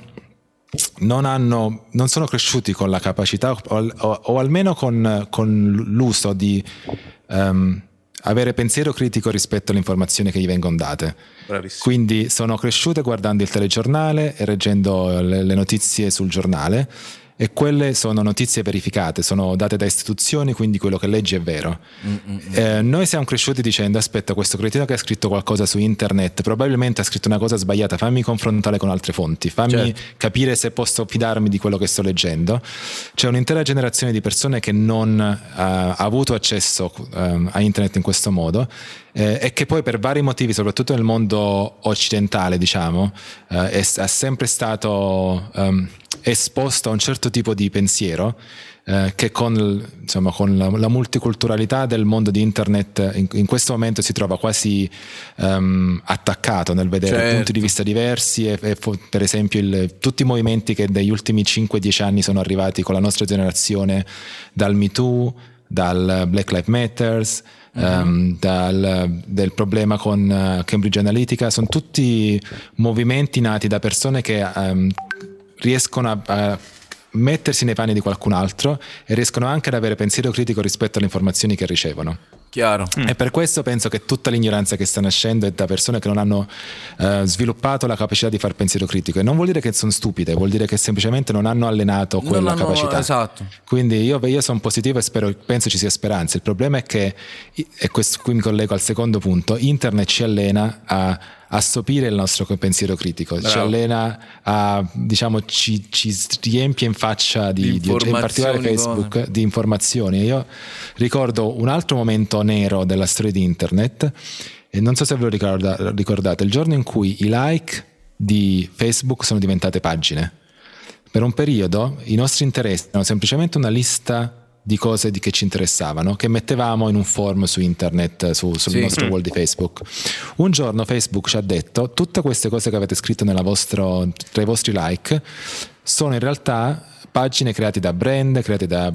non, hanno, non sono cresciuti con la capacità o, o, o almeno con, con l'uso di... Um, avere pensiero critico rispetto alle informazioni che gli vengono date.
Bravissimo.
Quindi sono cresciute guardando il telegiornale e leggendo le, le notizie sul giornale, e quelle sono notizie verificate, sono date da istituzioni, quindi quello che leggi è vero. Eh, noi siamo cresciuti dicendo: aspetta, questo cretino che ha scritto qualcosa su internet probabilmente ha scritto una cosa sbagliata, fammi confrontare con altre fonti, fammi certo. capire se posso fidarmi di quello che sto leggendo. C'è un'intera generazione di persone che non uh, ha avuto accesso uh, a internet in questo modo, eh, e che poi per vari motivi, soprattutto nel mondo occidentale, diciamo, uh, è, ha sempre stato um, esposto a un certo tipo di pensiero eh, che con, insomma, con la, la multiculturalità del mondo di internet in, in questo momento si trova quasi um, attaccato nel vedere certo. punti di vista diversi, e, e per esempio il, tutti i movimenti che negli ultimi cinque dieci anni sono arrivati con la nostra generazione, dal Me Too, dal Black Lives Matters, uh-huh. um, dal, del problema con uh, Cambridge Analytica, sono tutti movimenti nati da persone che um, riescono a, a mettersi nei panni di qualcun altro e riescono anche ad avere pensiero critico rispetto alle informazioni che ricevono.
Chiaro.
Mm. E per questo penso che tutta l'ignoranza che sta nascendo è da persone che non hanno uh, sviluppato la capacità di far pensiero critico, e non vuol dire che sono stupide, vuol dire che semplicemente non hanno allenato quella
non hanno,
capacità.
Esatto.
Quindi io, io sono positivo e spero, penso ci sia speranza. Il problema è che, e questo qui mi collego al secondo punto, internet ci allena a a sopire il nostro pensiero critico. Bravo. Ci allena a, diciamo, ci, ci riempie in faccia di, di in particolare Facebook come? di informazioni. Io ricordo un altro momento nero della storia di internet, e non so se ve lo ricorda, ricordate, il giorno in cui i like di Facebook sono diventate pagine. Per un periodo i nostri interessi erano semplicemente una lista di cose di che ci interessavano, che mettevamo in un form su internet, su, sul sì. nostro wall di Facebook. Un giorno Facebook ci ha detto: tutte queste cose che avete scritto nella vostro, tra i vostri like sono in realtà pagine create da brand, create da,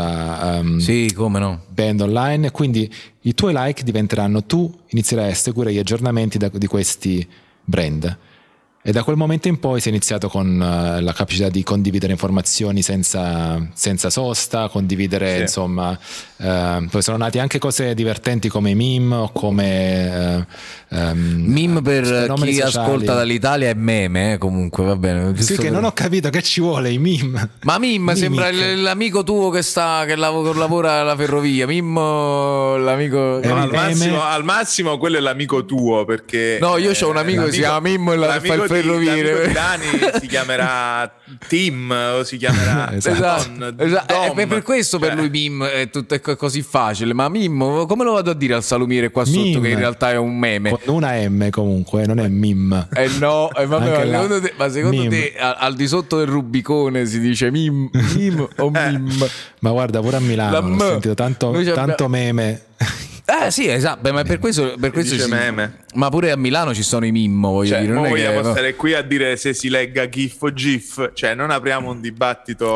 da um,
sì, come no.
band online, e quindi i tuoi like diventeranno, tu inizierai a seguire gli aggiornamenti da, di questi brand. E da quel momento in poi si è iniziato con uh, la capacità di condividere informazioni senza, senza sosta, condividere, sì. insomma, uh, poi sono nati anche cose divertenti come i meme o come uh, um,
meme per chi
sociali.
ascolta dall'Italia è meme, eh, comunque va bene.
Sì, che per... non ho capito che ci vuole i meme.
Ma meme sembra l'amico tuo che sta che lavora alla ferrovia. Meme l'amico
no, al, massimo, al massimo quello è l'amico tuo, perché
no, io ho un amico che si chiama Mim e la fa il ferroviere.
Dani si chiamerà Tim o si chiamerà
esatto,
Don,
esatto.
Dom,
È per questo
cioè.
per lui Mim è tutto è così facile. Ma Mim come lo vado a dire al salumiere qua sotto
Mim,
che in realtà è un meme
con una M comunque, non è Mim.
Eh no, eh, vabbè, ma, secondo te, ma secondo te al, al di sotto del Rubicone si dice Mim, Mim o Mim?
Ma guarda, pure a Milano ho sentito tanto, tanto meme.
Eh sì, esatto, ma per questo, per questo ci, ma pure a Milano ci sono i mimmo, voglio
cioè,
dire, non è
vogliamo
che,
stare no. qui a dire se si legga GIF o GIF, cioè non apriamo un dibattito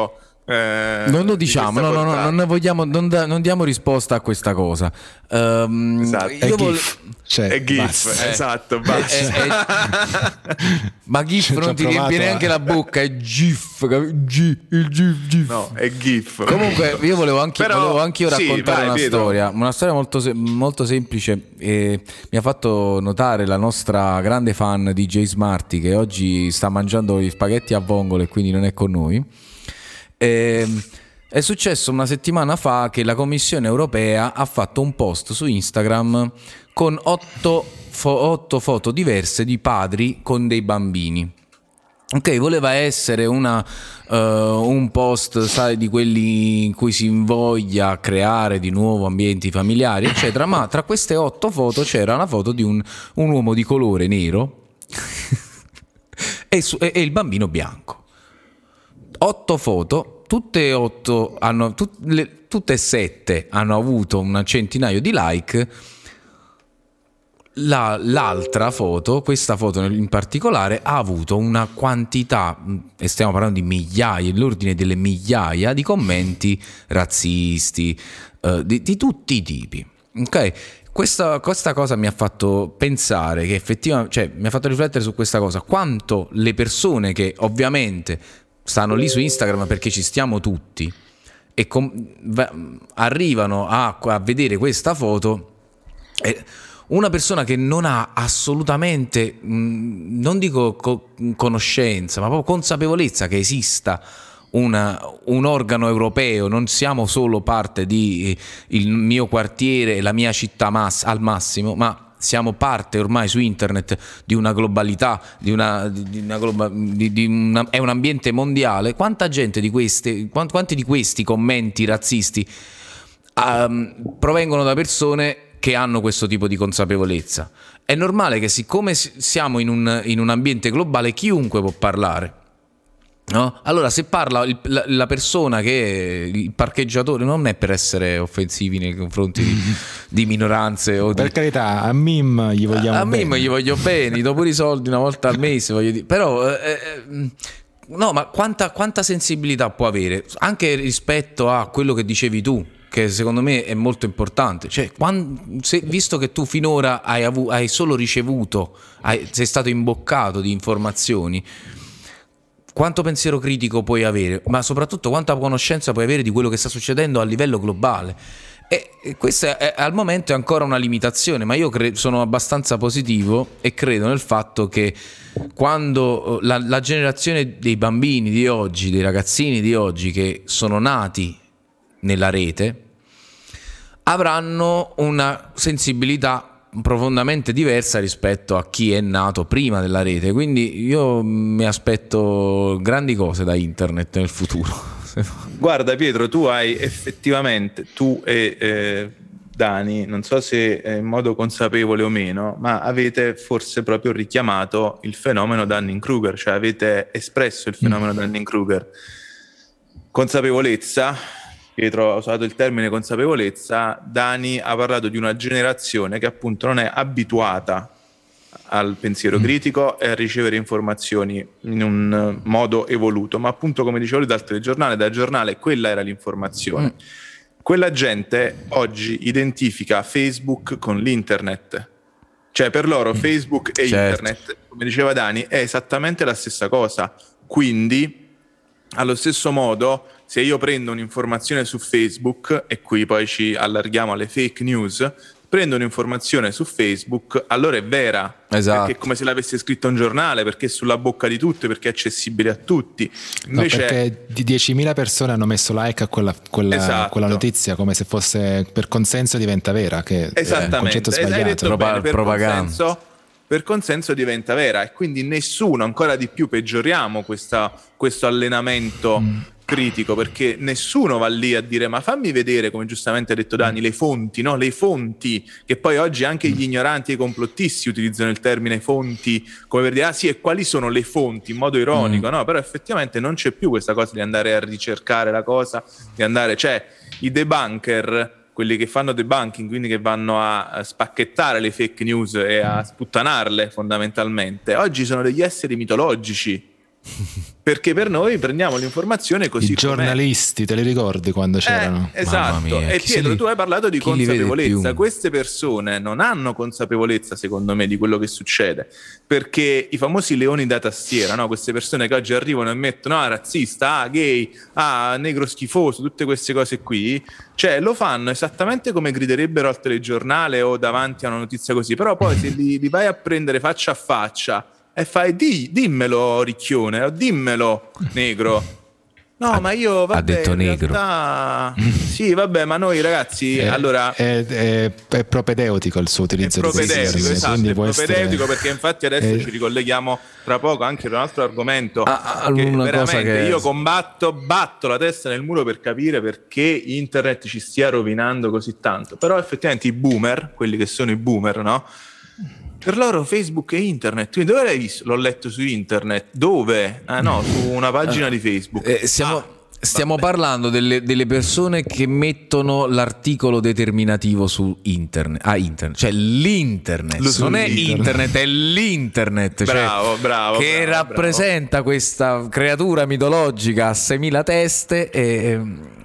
Eh,
non lo diciamo,
di
no, no, no, non ne vogliamo, non, da, non diamo risposta a questa cosa. Um,
esatto.
Io vole...
Cioè,
è GIF,
basta.
esatto, basta.
È, è, è... Ma GIF non ti riempie neanche la bocca, è GIF, G, il GIF, GIF.
No, è GIF.
Comunque io volevo anche,
Però,
volevo anche io raccontare
sì, vai,
una
Pietro.
storia, una storia molto, se- molto semplice. E mi ha fatto notare la nostra grande fan di Jay Smarty, che oggi sta mangiando gli spaghetti a vongole e quindi non è con noi. E, è successo una settimana fa che la Commissione europea ha fatto un post su Instagram con otto, fo- otto foto diverse di padri con dei bambini. Ok, voleva essere una, uh, un post, sai, di quelli in cui si invoglia a creare di nuovo ambienti familiari, eccetera, ma tra queste otto foto c'era una foto di un, un uomo di colore nero e, su- e- e il bambino bianco. Otto foto, tutte e otto hanno, tut- le- tutte e sette hanno avuto un centinaio di like. La, l'altra foto, questa foto in particolare, ha avuto una quantità, e stiamo parlando di migliaia, l'ordine delle migliaia di commenti razzisti, eh, di, di tutti i tipi. Ok? Questa, questa cosa mi ha fatto pensare che effettivamente, cioè mi ha fatto riflettere su questa cosa, quanto le persone che ovviamente stanno lì su Instagram perché ci stiamo tutti e com- va- arrivano a, a vedere questa foto e una persona che non ha assolutamente, mh, non dico co- conoscenza, ma proprio consapevolezza che esista una, un organo europeo, non siamo solo parte di eh, il mio quartiere, la mia città mass- al massimo, ma siamo parte ormai su internet di una globalità, di una, di, di una, globa, di, di una è un ambiente mondiale. Quanta gente di queste, quanti, quanti di questi commenti razzisti um, provengono da persone che hanno questo tipo di consapevolezza? È normale che siccome siamo in un, in un ambiente globale chiunque può parlare, no? Allora se parla il, la, la persona che il parcheggiatore, non è per essere offensivi nei confronti di, di minoranze o
per
di,
carità, a Mim gli vogliamo
a, a
bene.
Mim gli voglio bene, gli do pure i soldi una volta al mese, voglio dire. Però eh, eh, no, ma quanta, quanta sensibilità può avere anche rispetto a quello che dicevi tu, che secondo me è molto importante. Cioè, quando, se, visto che tu finora hai, avu, hai solo ricevuto, hai, sei stato imboccato di informazioni, quanto pensiero critico puoi avere, ma soprattutto quanta conoscenza puoi avere di quello che sta succedendo a livello globale? E, e questa è, al momento è ancora una limitazione, ma io cre- sono abbastanza positivo e credo nel fatto che quando la, la generazione dei bambini di oggi, dei ragazzini di oggi che sono nati nella rete, avranno una sensibilità profondamente diversa rispetto a chi è nato prima della rete. Quindi io mi aspetto grandi cose da internet nel futuro.
Guarda Pietro, tu hai effettivamente, tu e eh, Dani, non so se in modo consapevole o meno, ma avete forse proprio richiamato il fenomeno Dunning-Kruger, cioè avete espresso il fenomeno mm. Dunning-Kruger. Consapevolezza, Pietro ha usato il termine consapevolezza, Dani ha parlato di una generazione che appunto non è abituata al pensiero critico e a ricevere informazioni in un modo evoluto, ma appunto come dicevo lui dal telegiornale, dal giornale, quella era l'informazione. Mm. Quella gente oggi identifica Facebook con l'internet, cioè per loro mm. Facebook e certo. internet, come diceva Dani, è esattamente la stessa cosa, quindi allo stesso modo se io prendo un'informazione su Facebook, e qui poi ci allarghiamo alle fake news, prendo un'informazione su Facebook, allora è vera,
esatto.
perché è come se l'avesse scritto un giornale, perché è sulla bocca di tutti, perché è accessibile a tutti. Invece...
No, perché di diecimila persone hanno messo like a quella, quella,
esatto.
quella notizia, come se fosse per consenso diventa vera, che
esattamente.
è un concetto sbagliato.
Hai detto
Propa-
bene, per
propaganda.
Consenso, per consenso diventa vera, e quindi nessuno, ancora di più peggioriamo questa, questo allenamento mm. critico, perché nessuno va lì a dire ma fammi vedere, come giustamente ha detto Dani, le fonti, no? Le fonti, che poi oggi anche gli ignoranti e i complottisti utilizzano il termine fonti come per dire ah sì, e quali sono le fonti, in modo ironico, mm. no? Però effettivamente non c'è più questa cosa di andare a ricercare la cosa, di andare, cioè i debunker, quelli che fanno debunking, quindi che vanno a spacchettare le fake news e a sputtanarle fondamentalmente, oggi sono degli esseri mitologici perché per noi prendiamo l'informazione così
I giornalisti,
com'è.
te li ricordi quando c'erano?
Eh, esatto.
mia,
E
chi
Pietro,
li-
tu hai parlato di
chi li vede
consapevolezza.
più?
Queste persone non hanno consapevolezza, secondo me, di quello che succede, perché i famosi leoni da tastiera, no? Queste persone che oggi arrivano e mettono ah, razzista, ah, gay, ah, negro schifoso, tutte queste cose qui, cioè lo fanno esattamente come griderebbero al telegiornale o davanti a una notizia così, però poi se li, li vai a prendere faccia a faccia e fai di, dimmelo ricchione o dimmelo negro. No,
Ha-
ma io vabbè,
ha detto
in
negro.
realtà, sì, vabbè, ma noi ragazzi,
È,
allora
è, è, è propedeutico il suo
è
utilizzo di questi
propedeutico,
termini,
esatto,
quindi
è
può essere-
propedeutico perché infatti adesso
eh,
ci ricolleghiamo tra poco anche ad un altro argomento.
Ah, ah,
che
una cosa
veramente
che-
io combatto, batto la testa nel muro per capire perché internet ci stia rovinando così tanto. Però effettivamente i boomer, quelli che sono i boomer, no? Per loro Facebook e internet. Quindi dove l'hai visto? L'ho letto su internet. Dove? Ah no, su una pagina di Facebook.
Eh, stiamo
Ah,
stiamo
vabbè.
parlando delle, delle persone che mettono l'articolo determinativo su internet. Ah, internet, cioè l'internet.
Lo su
non è
internet.
internet, è l'internet. cioè,
Bravo, bravo,
Che
bravo,
rappresenta questa creatura mitologica a seimila teste. E,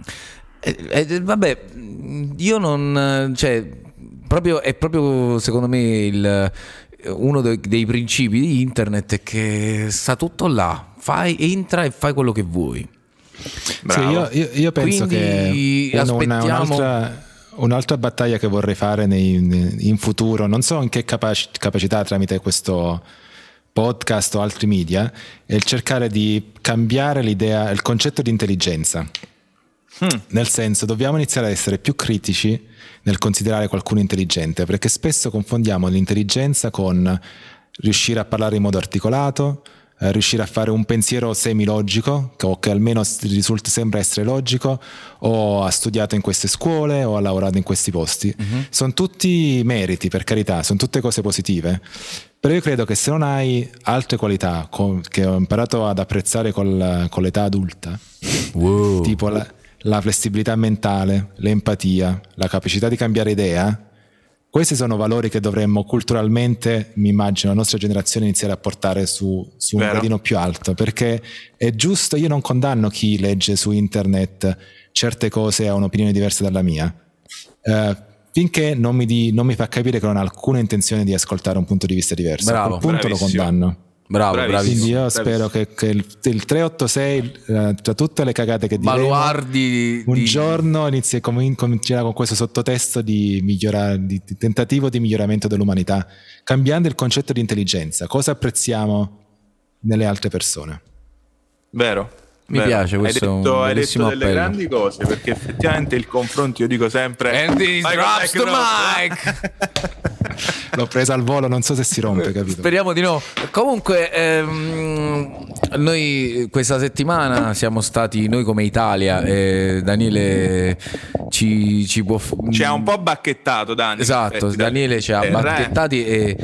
e- e- vabbè, io non. Cioè, proprio, è proprio secondo me il, uno dei, dei principi di internet è che sta tutto là. Fai, entra e fai quello che vuoi.
Bravo.
Sì, io, io- io penso
Quindi
che uno- una-
aspettiamo-
un'altra, un'altra battaglia che vorrei fare nei- nei- in futuro, non so in che capaci- capacità tramite questo podcast o altri media, è il cercare di cambiare l'idea, il concetto di intelligenza. Nel senso, dobbiamo iniziare ad essere più critici nel considerare qualcuno intelligente, perché spesso confondiamo l'intelligenza con riuscire a parlare in modo articolato, eh, riuscire a fare un pensiero semilogico, che- o che almeno s- risulta sembra essere logico, o ha studiato in queste scuole o ha lavorato in questi posti. Sono tutti meriti, per carità, sono tutte cose positive. Però io credo che se non hai altre qualità co- che ho imparato ad apprezzare col- con l'età adulta,
Wow.
tipo la, la flessibilità mentale, l'empatia, la capacità di cambiare idea, questi sono valori che dovremmo culturalmente, mi immagino, la nostra generazione iniziare a portare su, su un
Vero.
gradino più alto, perché è giusto, io non condanno chi legge su internet certe cose e ha un'opinione diversa dalla mia, eh, finché non mi, di- non mi fa capire che non ha alcuna intenzione di ascoltare un punto di vista diverso.
Bravo.
A quel punto lo
Bravissimo.
condanno.
Bravo,
Bravissimo.
bravissimo.
Quindi io
bravissimo.
spero che, che il, il trecentottantasei, eh, tra tutte le cagate che diremo,
Baluardi
un
di-
giorno inizi, com- comincerà con questo sottotesto di, migliora- di, di tentativo di miglioramento dell'umanità, cambiando il concetto di intelligenza. Cosa apprezziamo nelle altre persone?
Vero.
Mi
vero.
piace, questo è
hai
un
detto, hai detto
bellissimo
delle
appello.
grandi cose, perché effettivamente il confronto, io dico sempre
And he
vai con
drops the
backdrop.
L'ho presa al volo, non so se si rompe, capito?
Speriamo di no. Comunque, ehm, noi questa settimana siamo stati, noi come Italia, eh, Daniele ci, ci può. f-
Ci ha un po' bacchettato Dani.
Esatto,
in effetti,
Daniele ci ha
Eh,
bacchettati e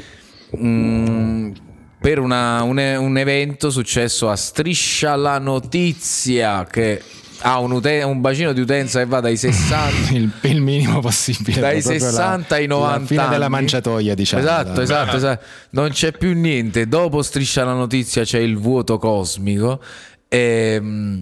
mm, per una- un, un evento successo a Striscia la Notizia che ha un, uten- un bacino di utenza che va dai sessanta
Il, il minimo possibile.
dai
proprio la-
sessanta ai novanta
la fine
anni.
della mangiatoia, diciamo.
Esatto,
La-
esatto, esatto. Non c'è più niente. Dopo Striscia la Notizia c'è il vuoto cosmico. E,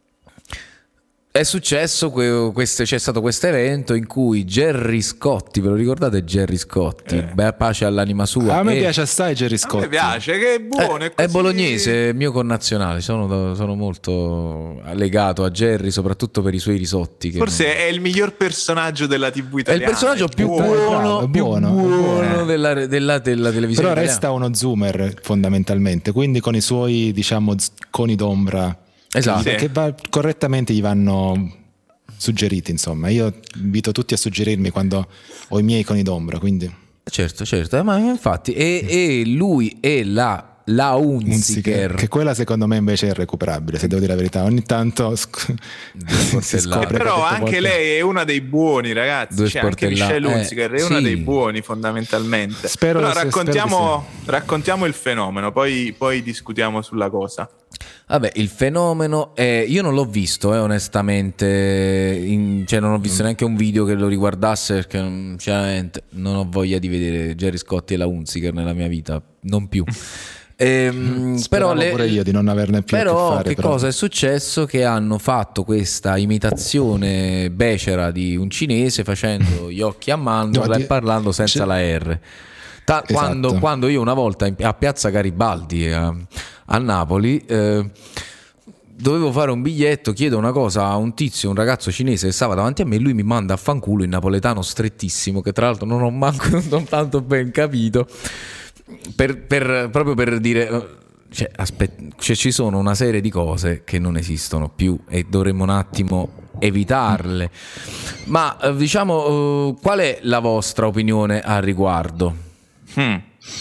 è successo que- questo, c'è stato questo evento in cui Gerry Scotti, ve lo ricordate Gerry Scotti? Beh, pace all'anima sua.
A me
e-
piace assai Gerry
A
Scotti.
me piace, che è buono.
è,
è
è
così-
bolognese, è mio connazionale. Sono, sono molto legato a Gerry, soprattutto per i suoi risotti. Che
Forse
non-
è il miglior personaggio della tivù
è il
italiana.
personaggio più
buono.
buono,
È
più
buono, è
buono
buono.
della, della, della televisione.
Però
italiana.
resta uno zoomer fondamentalmente, quindi con i suoi, diciamo, z- coni d'ombra
Esatto.
che,
Sì.
che va- correttamente gli vanno suggeriti, insomma. Io invito tutti a suggerirmi quando ho i miei coni d'ombra, quindi
Certo, certo, eh, ma infatti e, e lui e la, la Hunziker,
che quella secondo me invece è recuperabile, se devo dire la verità. Ogni tanto sc- si
sportellate.
scopre che
Però
ha detto
anche
qualche-
lei è una dei buoni, ragazzi.
Due
Cioè, anche
sportellate.
Michelle Hunziker è
Eh,
una
sì.
dei buoni, fondamentalmente.
Spero
Però
che sia-
raccontiamo,
spero
raccontiamo il fenomeno, poi, poi discutiamo sulla cosa.
Vabbè, il fenomeno è, io non l'ho visto, eh, onestamente, in- cioè non ho visto neanche un video che lo riguardasse perché sinceramente non ho voglia di vedere Gerry Scotti e la Hunziker nella mia vita. non più. Ehm, però le,
pure io di non averne più
però
a che fare,
che
però.
cosa è successo? Che hanno fatto questa imitazione becera di un cinese facendo gli occhi a mandorla
No,
e
di-
parlando senza
c'è-
la R. Ta-
Esatto.
quando, quando io una volta in- a Piazza Garibaldi a, a Napoli eh, dovevo fare un biglietto, chiedo una cosa a un tizio, un ragazzo cinese che stava davanti a me, e lui mi manda a fanculo in napoletano strettissimo, che tra l'altro non ho manco non tanto ben capito, per, per- proprio per dire, cioè, aspet- cioè, ci sono una serie di cose che non esistono più e dovremmo un attimo evitarle. Ma eh, diciamo, eh, qual è la vostra opinione al riguardo?
Hmm.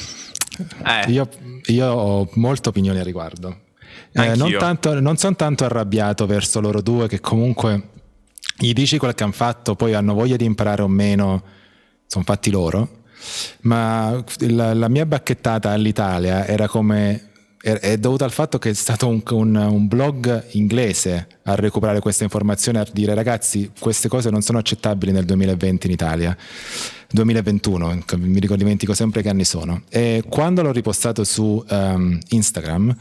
Eh,
Io, io ho molte opinioni a riguardo. Eh, non,
Anch'io.
tanto, non sono tanto arrabbiato verso loro due, che comunque gli dici quel che hanno fatto, poi hanno voglia di imparare o meno, sono fatti loro. Ma la, la mia bacchettata all'Italia era come è, è dovuta al fatto che è stato un, un, un blog inglese a recuperare queste informazioni, a dire ragazzi queste cose non sono accettabili nel duemilaventi in Italia, duemilaventuno, mi ricordo, dimentico sempre che anni sono. E quando l'ho ripostato su um, Instagram,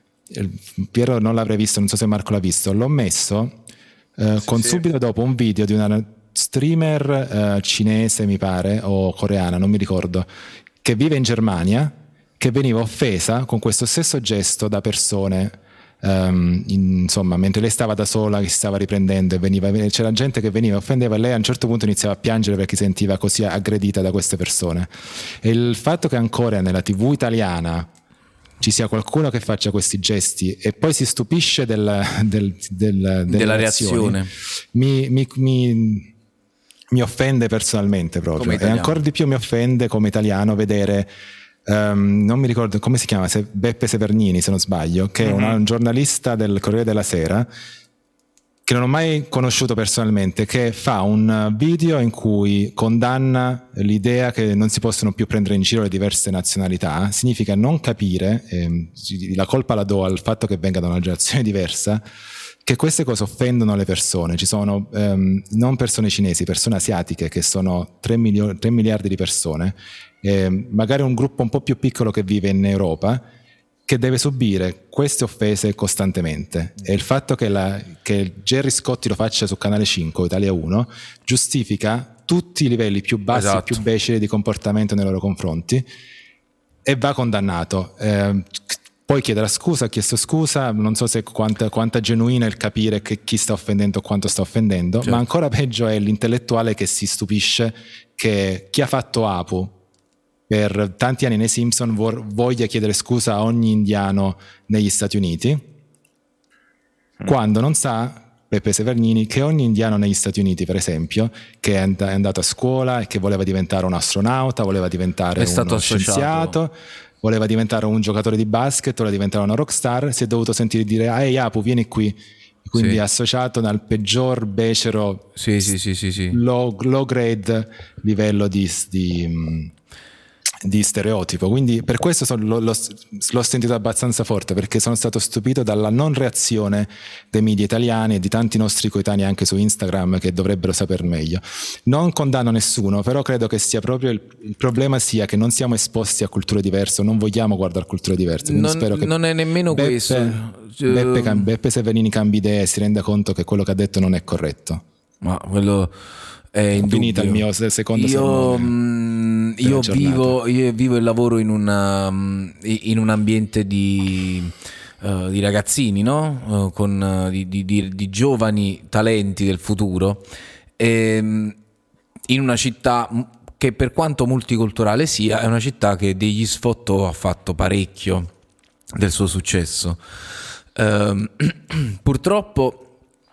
Piero non l'avrei visto, non so se Marco l'ha visto, l'ho messo uh,
Sì,
con
sì.
subito dopo un video di una streamer uh, cinese mi pare o coreana, non mi ricordo, che vive in Germania, che veniva offesa con questo stesso gesto da persone um, in, insomma, mentre lei stava da sola, che si stava riprendendo, e veniva, c'era gente che veniva, offendeva, e lei a un certo punto iniziava a piangere perché si sentiva così aggredita da queste persone. E il fatto che ancora nella tivù italiana ci sia qualcuno che faccia questi gesti e poi si stupisce del, del, del,
Della reazione.
mi, mi, mi, mi offende personalmente proprio, e ancora di più mi offende come italiano vedere um, non mi ricordo come si chiama, se Beppe Severnini se non sbaglio, che mm-hmm. è una, un giornalista del Corriere della Sera che non ho mai conosciuto personalmente, che fa un video in cui condanna l'idea che non si possono più prendere in giro le diverse nazionalità. Significa non capire, ehm, la colpa la do al fatto che venga da una generazione diversa, che queste cose offendono le persone. Ci sono ehm, non persone cinesi, persone asiatiche, che sono tre miliardi di persone, eh, magari un gruppo un po' più piccolo che vive in Europa, che deve subire queste offese costantemente. E il fatto che, la, che Gerry Scotti lo faccia su Canale cinque o Italia uno giustifica tutti i livelli più bassi e
esatto.
più beceri di comportamento nei loro confronti, e va condannato. Eh, poi chiederà scusa, ha chiesto scusa, non so se quanta, quanta genuina il capire che chi sta offendendo o quanto sta offendendo, certo. Ma ancora peggio è l'intellettuale che si stupisce che chi ha fatto Apu per tanti anni nei Simpson voglia chiedere scusa a ogni indiano negli Stati Uniti, mm. quando non sa, Beppe Severnini, che ogni indiano negli Stati Uniti, per esempio, che è andato a scuola e che voleva diventare un astronauta, voleva diventare uno scienziato, voleva diventare un giocatore di basket, voleva diventare una rockstar, si è dovuto sentire dire ah, ehi Apu, vieni qui. Quindi sì. associato al peggior becero,
sì, sì, sì, sì, sì.
Low, low grade livello di... di di stereotipo. Quindi per questo so, lo, lo, l'ho sentito abbastanza forte, perché sono stato stupito dalla non reazione dei media italiani e di tanti nostri coetanei anche su Instagram che dovrebbero saper meglio. Non condanno nessuno, però credo che sia proprio il, il problema sia che non siamo esposti a culture diverse, non vogliamo guardare culture diverse.
Non,
spero che
non è nemmeno
Beppe,
questo.
Beppe, Beppe Severnini cambi idea e si renda conto che quello che ha detto non è corretto.
Ma quello è
finita il mio secondo
io, mh, io vivo io vivo e lavoro in una in un ambiente di, uh, di ragazzini, no? Uh, con uh, di, di, di giovani talenti del futuro, e, in una città che, per quanto multiculturale sia, è una città che degli sfottò ha fatto parecchio del suo successo. Uh, purtroppo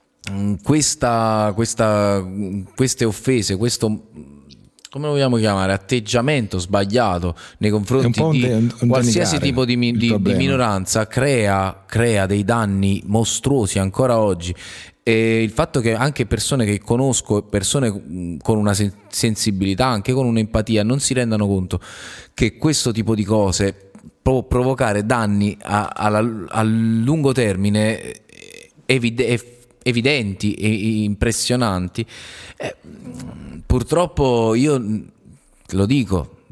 Questa, questa, queste offese, questo, come lo vogliamo chiamare, atteggiamento sbagliato nei confronti
un
di
un, un
qualsiasi tipo di, di, di minoranza crea, crea dei danni mostruosi ancora oggi. E il fatto che anche persone che conosco, persone con una sensibilità, anche con un'empatia, non si rendano conto che questo tipo di cose può provocare danni a, a, a lungo termine evidenti, evidenti e impressionanti. Eh, purtroppo io lo dico,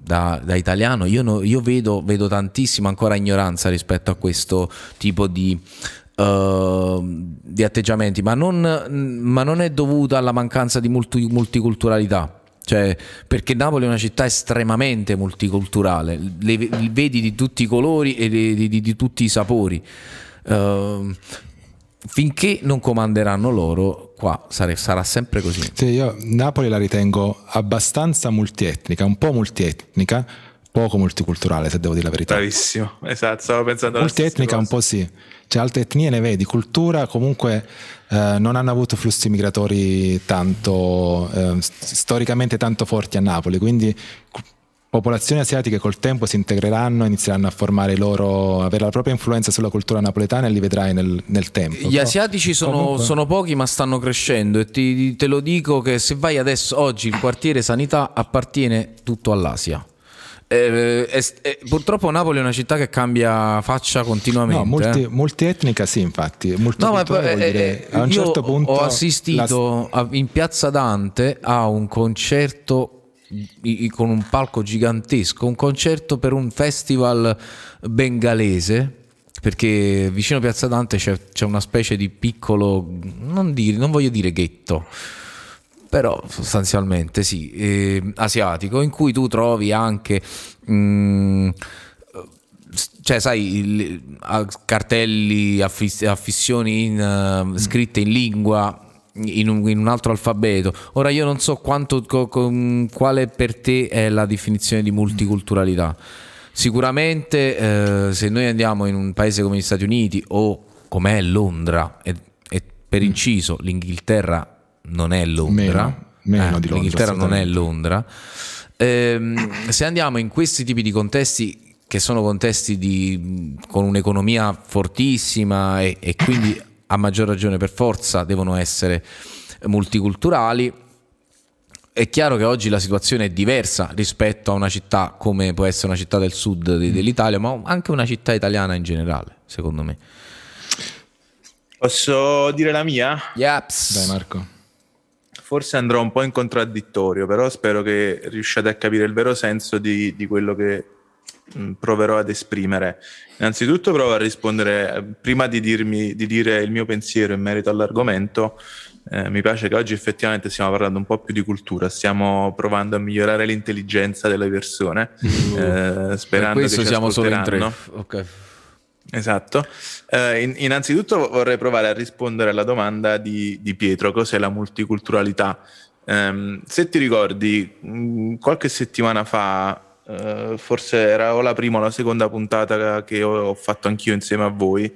da, da italiano, io, no, io vedo, vedo tantissima ancora ignoranza rispetto a questo tipo di, uh, di atteggiamenti, ma non, ma non è dovuta alla mancanza di multi, multiculturalità. Cioè, perché Napoli è una città estremamente multiculturale, le, le vedi di tutti i colori e di, di, di tutti i sapori. Uh, finché non comanderanno loro, qua sare, sarà sempre così.
Sì, io Napoli la ritengo abbastanza multietnica, un po' multietnica, poco multiculturale, se devo dire la verità.
Bravissimo, esatto, stavo pensando alla
multietnica un po' sì, cioè altre etnie ne vedi, cultura comunque eh, non hanno avuto flussi migratori tanto eh, storicamente tanto forti a Napoli, quindi popolazioni asiatiche col tempo si integreranno, inizieranno a formare i loro, avere la propria influenza sulla cultura napoletana, e li vedrai nel, nel tempo.
Gli asiatici sono,
comunque... sono
pochi, ma stanno crescendo, e ti, te lo dico che se vai adesso, oggi il quartiere sanità appartiene tutto all'Asia. Eh, eh, eh, purtroppo Napoli è una città che cambia faccia continuamente.
No, multi,
eh.
multietnica sì, infatti.
No, ma
vuol
eh,
dire, a un certo punto
ho assistito la... a, in Piazza Dante a un concerto con un palco gigantesco, un concerto per un festival bengalese, perché vicino a Piazza Dante c'è, c'è una specie di piccolo, non, dire, non voglio dire ghetto, però sostanzialmente sì, eh, asiatico, in cui tu trovi anche mh, cioè sai il, cartelli, affiss- affissioni in, uh, scritte in lingua in un, in un altro alfabeto. Ora io non so quanto co, co, quale per te è la definizione di multiculturalità. Sicuramente eh, se noi andiamo in un paese come gli Stati Uniti o come è Londra, e, e per inciso l'Inghilterra non è Londra,
meno, meno
eh,
di Londra,
l'Inghilterra non è Londra, ehm, se andiamo in questi tipi di contesti, che sono contesti di, con un'economia fortissima e, e quindi a maggior ragione per forza devono essere multiculturali, è chiaro che oggi la situazione è diversa rispetto a una città come può essere una città del sud dell'Italia, ma anche una città italiana in generale, secondo me.
Posso dire la mia?
Yaps.
Dai Marco.
Forse andrò un po' in contraddittorio, però spero che riusciate a capire il vero senso di, di quello che mh, proverò ad esprimere. Innanzitutto provo a rispondere, prima di, dirmi, di dire il mio pensiero in merito all'argomento, eh, mi piace che oggi effettivamente stiamo parlando un po' più di cultura, stiamo provando a migliorare l'intelligenza delle persone,
uh,
eh, sperando
per questo
che ci
siamo solo in tre.
Ok. Esatto. Eh, in, innanzitutto vorrei provare a rispondere alla domanda di, di Pietro, cos'è la multiculturalità? Um, se ti ricordi, mh, qualche settimana fa, uh, forse era o la prima o la seconda puntata che ho, ho fatto anch'io insieme a voi,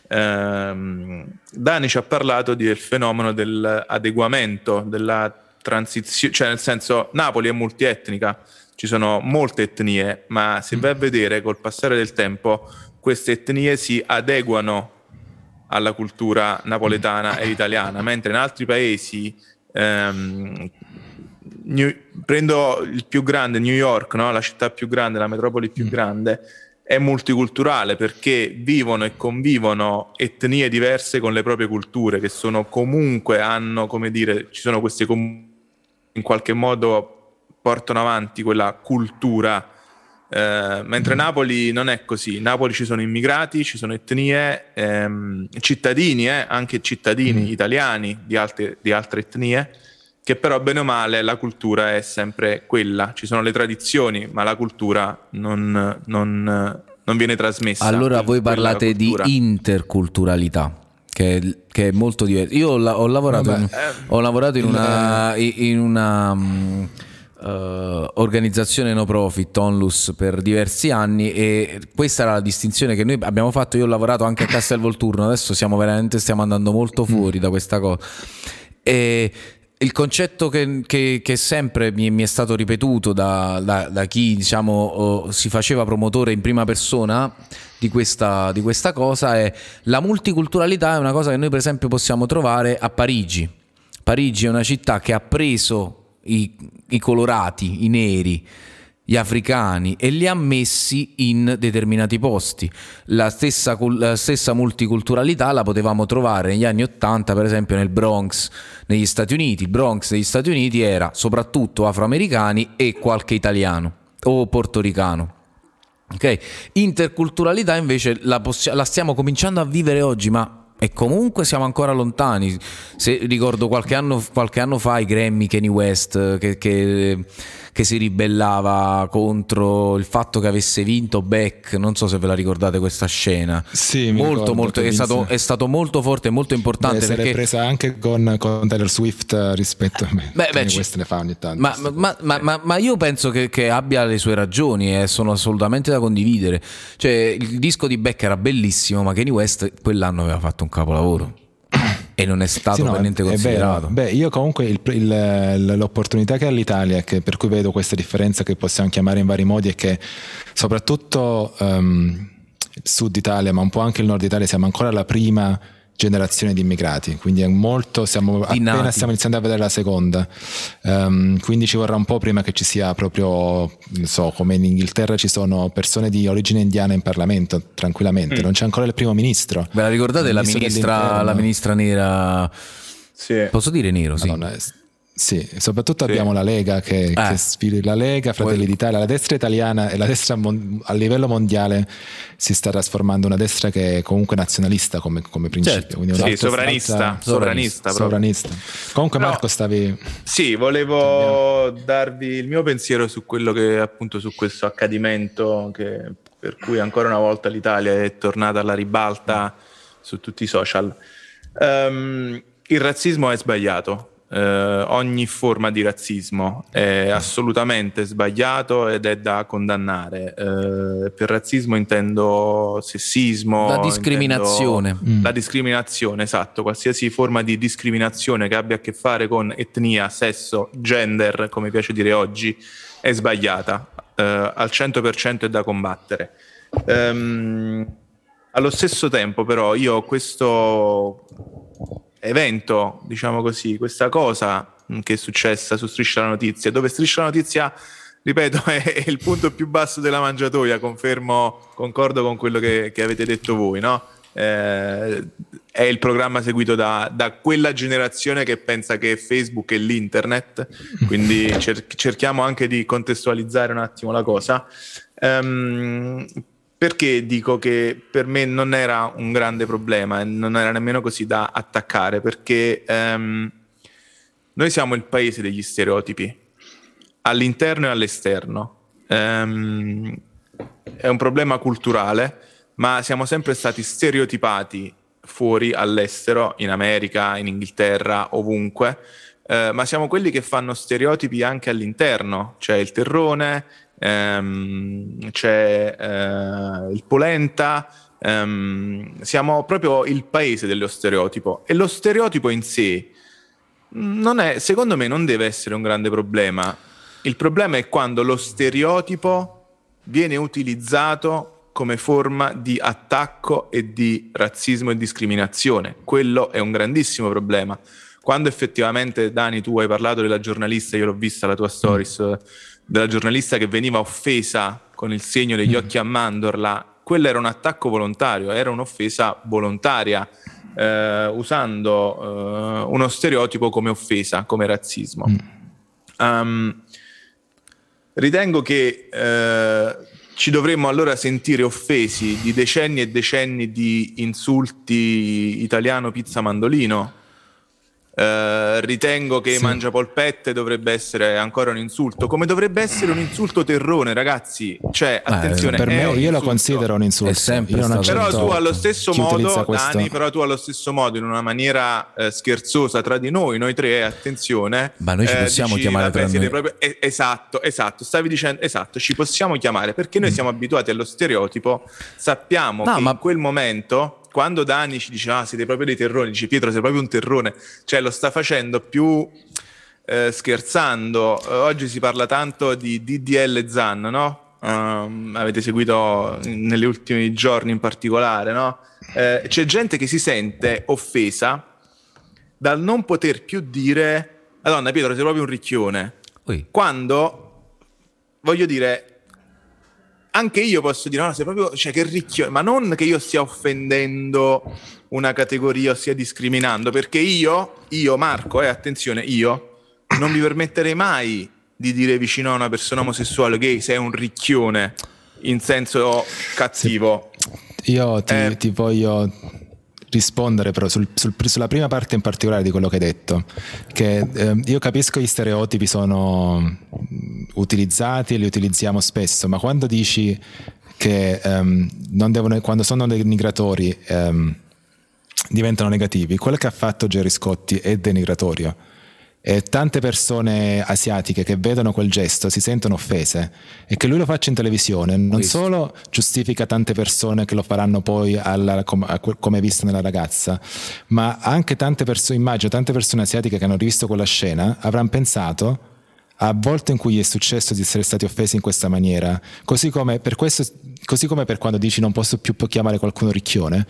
um, Dani ci ha parlato del fenomeno dell'adeguamento, della transizione, cioè nel senso Napoli è multietnica, ci sono molte etnie, ma se vai a vedere col passare del tempo queste etnie si adeguano alla cultura napoletana e italiana, mentre in altri paesi, ehm, New, prendo il più grande, New York, no? La città più grande, la metropoli più grande, è multiculturale perché vivono e convivono etnie diverse con le proprie culture, che sono comunque, hanno, come dire, ci sono queste comunità in qualche modo portano avanti quella cultura. Uh, mentre Napoli non è così. In Napoli ci sono immigrati, ci sono etnie, ehm, cittadini, eh, anche cittadini mm. italiani di altre, di altre etnie, che però bene o male la cultura è sempre quella. Ci sono le tradizioni, ma la cultura non, non, non viene trasmessa.
Allora voi parlate di interculturalità, che, che è molto diverso. Io ho, ho lavorato, Vabbè, in, eh, ho lavorato in una... In una um, Uh, organizzazione no profit Onlus per diversi anni, e questa era la distinzione che noi abbiamo fatto. Io ho lavorato anche a Castelvolturno, adesso siamo veramente stiamo andando molto fuori da questa cosa, e il concetto che, che, che sempre mi, mi è stato ripetuto da, da, da chi diciamo oh, si faceva promotore in prima persona di questa, di questa cosa è la multiculturalità. È una cosa che noi per esempio possiamo trovare a Parigi. Parigi è una città che ha preso I, i colorati, i neri, gli africani e li ha messi in determinati posti. La stessa, la stessa multiculturalità la potevamo trovare negli anni ottanta, per esempio nel Bronx negli Stati Uniti. Il Bronx negli Stati Uniti era soprattutto afroamericani e qualche italiano. o portoricano. Ok, interculturalità invece la, possi- la stiamo cominciando a vivere oggi, ma e comunque siamo ancora lontani. Se ricordo qualche anno, qualche anno fa i Grammy, Kanye West che, che, che si ribellava contro il fatto che avesse vinto Beck, non so se ve la ricordate questa scena.
Sì, mi
molto molto è stato, è stato molto forte e molto importante.
Beh,
perché
se l'è presa anche con, con Taylor Swift rispetto a me.
Beh, beh,
Kanye West ne fa ogni tanto.
Ma, ma, ma, ma, ma io penso che, che abbia le sue ragioni e sono assolutamente da condividere. Cioè, il disco di Beck era bellissimo, ma Kanye West quell'anno aveva fatto un capolavoro e non è stato
Sì, no,
per niente
è
considerato.
vero. Beh, io comunque il, il, l'opportunità che ha l'Italia, che, per cui vedo questa differenza che possiamo chiamare in vari modi, è che soprattutto um, il sud Italia, ma un po' anche il nord Italia, siamo ancora la prima generazione di immigrati, quindi è molto, stiamo appena
nati.
stiamo iniziando a vedere la seconda, um, quindi ci vorrà un po' prima che ci sia proprio, non so, come in Inghilterra ci sono persone di origine indiana in Parlamento tranquillamente, mm. non c'è ancora il primo ministro.
Ve la ricordate la ministra, la ministra nera?
Sì.
Posso dire nero? Sì.
Madonna, sì, soprattutto sì. Abbiamo la Lega che,
eh.
che sfida, la Lega, Fratelli d'Italia, la destra italiana e la destra mon- a livello mondiale si sta trasformando una destra che è comunque nazionalista come, come principio.
Certo. Sì, sovranista, sovranista,
sovranista. Comunque Marco no, stavi...
Sì, volevo Andiamo. darvi il mio pensiero su quello che appunto su questo accadimento che, per cui ancora una volta l'Italia è tornata alla ribalta su tutti i social. Um, il razzismo è sbagliato. Uh, ogni forma di razzismo è assolutamente sbagliato ed è da condannare. Uh, per razzismo intendo sessismo,
la discriminazione.
intendo... Mm. La discriminazione, esatto, qualsiasi forma di discriminazione che abbia a che fare con etnia, sesso, gender, come piace dire oggi, è sbagliata. Uh, al cento per cento è da combattere. Um, allo stesso tempo, però, io ho questo evento, diciamo così, questa cosa che è successa su Striscia la Notizia, dove Striscia la Notizia, ripeto, è il punto più basso della mangiatoia, confermo, concordo con quello che, che avete detto voi, no? Eh, è il programma seguito da, da quella generazione che pensa che Facebook è l'internet, quindi cer- cerchiamo anche di contestualizzare un attimo la cosa. Um, Perché dico che per me non era un grande problema e non era nemmeno così da attaccare, perché um, noi siamo il paese degli stereotipi, all'interno e all'esterno. Um, è un problema culturale, ma siamo sempre stati stereotipati fuori, all'estero, in America, in Inghilterra, ovunque, uh, ma siamo quelli che fanno stereotipi anche all'interno, c'è il terrone, Um, c'è uh, il polenta, um, siamo proprio il paese dello stereotipo e lo stereotipo in sé non è, secondo me non deve essere un grande problema. Il problema è quando lo stereotipo viene utilizzato come forma di attacco e di razzismo e discriminazione. Quello è un grandissimo problema. Quando effettivamente, Dani, tu hai parlato della giornalista, io l'ho vista la tua stories, mm. della giornalista che veniva offesa con il segno degli occhi a mandorla, quello era un attacco volontario, era un'offesa volontaria, eh, usando eh, uno stereotipo come offesa, come razzismo. Mm. Um, ritengo che eh, ci dovremmo allora sentire offesi di decenni e decenni di insulti italiano pizza mandolino. Uh, ritengo che sì. Mangiapolpette dovrebbe essere ancora un insulto, come dovrebbe essere un insulto terrone, ragazzi. Cioè, Beh, attenzione,
per me io
insulto.
Lo considero un insulto. È sempre
stato però tu allo stesso modo,
questo...
Dani, però tu allo stesso modo, in una maniera eh, scherzosa tra di noi, noi tre, attenzione.
Ma noi ci possiamo eh, dici, chiamare
vabbè,
tra noi.
Proprio, eh, esatto, esatto, stavi dicendo, esatto, ci possiamo chiamare perché noi mm. siamo abituati allo stereotipo, sappiamo no, che ma... in quel momento. Quando Dani ci dice ah siete proprio dei terroni, dice Pietro sei proprio un terrone, cioè lo sta facendo più eh, scherzando. Eh, oggi si parla tanto di D D L Zan, no? Um, avete seguito negli ultimi giorni in particolare, no? Eh, c'è gente che si sente offesa dal non poter più dire Madonna Pietro sei proprio un ricchione. Ui. Quando, voglio dire, anche io posso dire no, sei proprio, cioè che ricchio, ma non che io stia offendendo una categoria o stia discriminando, perché io, io Marco, eh, attenzione, io non mi permetterei mai di dire vicino a una persona omosessuale che sei un ricchione in senso cattivo.
Sì. Io ti,
eh.
ti voglio rispondere però sul, sul, sulla prima parte in particolare di quello che hai detto, che eh, io capisco gli stereotipi sono utilizzati e li utilizziamo spesso, ma quando dici che um, non devono, quando sono denigratori um, diventano negativi, quello che ha fatto Gerry Scotti è denigratorio. E tante persone asiatiche che vedono quel gesto si sentono offese, e che lui lo faccia in televisione non
Questo.
solo giustifica tante persone che lo faranno poi alla, com, a, come visto nella ragazza, ma anche tante persone, immagino tante persone asiatiche che hanno rivisto quella scena avranno pensato a volte in cui gli è successo di essere stati offesi in questa maniera, così come per questo, così come per quando dici non posso più chiamare qualcuno ricchione.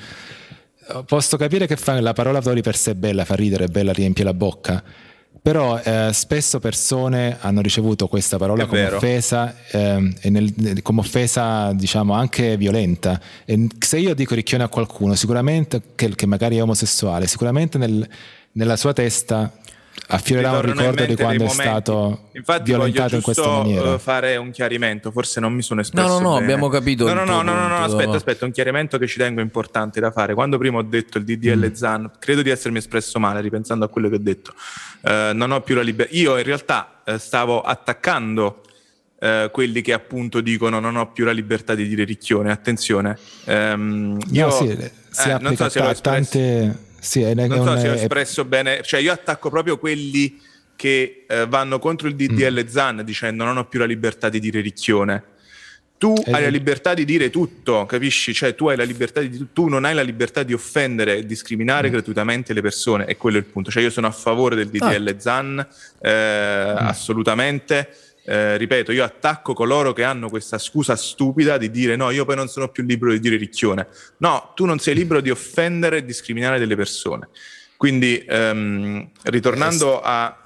Posso capire che fa, la parola di per sé è bella, fa ridere, è bella, riempie la bocca, però eh, spesso persone hanno ricevuto questa parola
È
come
vero.
offesa eh, e nel, come offesa diciamo anche violenta, e se io dico ricchione a qualcuno sicuramente che, che magari è omosessuale, sicuramente nel, nella sua testa affiorerà un ricordo di quando è stato
Infatti
violentato in questa maniera.
Voglio fare un chiarimento, forse non mi sono espresso
No, no, no,
bene.
abbiamo capito
No,
il
no,
tuo
no, no, no, no,
punto.
aspetta, aspetta, un chiarimento che ci tengo importante da fare. Quando prima ho detto il D D L
Mm.
Zan, credo di essermi espresso male, ripensando a quello che ho detto. Eh, non ho più la libertà. Io in realtà eh, stavo attaccando eh, quelli che appunto dicono non ho più la libertà di dire ricchione. Attenzione. Ehm, io
No, sì, si
eh,
applica
non so se l'ho
a
espresso.
tante sì, è,
Non
è
so
un,
se ho
è-
espresso bene, cioè io attacco proprio quelli che eh, vanno contro il D D L Zan dicendo non ho più la libertà di dire ricchione. Tu
Eh,
hai la
eh.
libertà di dire tutto, capisci? Cioè tu hai la libertà di tu non hai la libertà di offendere e discriminare gratuitamente le persone, e quello è il punto. Cioè io sono a favore del D D L Zan eh, assolutamente. Eh, ripeto, io attacco coloro che hanno questa scusa stupida di dire no, io poi non sono più libero di dire ricchione. No, tu non sei libero di offendere e discriminare delle persone. Quindi ehm, ritornando a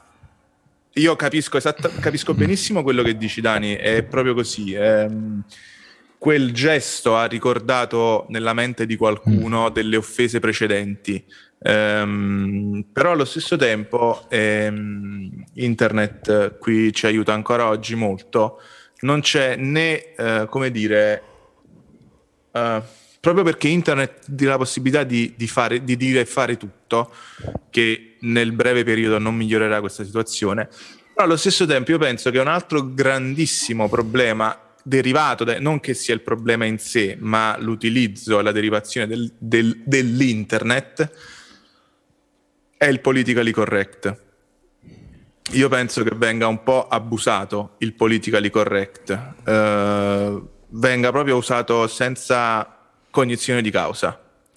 io capisco esatta, capisco benissimo quello che dici, Dani, è proprio così. Ehm, quel gesto ha ricordato nella mente di qualcuno delle offese precedenti. Ehm, però allo stesso tempo ehm, internet eh, qui ci aiuta ancora oggi molto. Non c'è né, eh, come dire, eh, proprio perché internet dà la possibilità di, di, fare, di dire e fare tutto, che nel breve periodo non migliorerà questa situazione. Però allo stesso tempo io penso che un altro grandissimo problema derivato, da, non che sia il problema in sé, ma l'utilizzo e la derivazione del, del, dell'internet, è il politically correct. Io penso che venga un po' abusato il politically correct, eh, venga proprio usato senza cognizione di causa.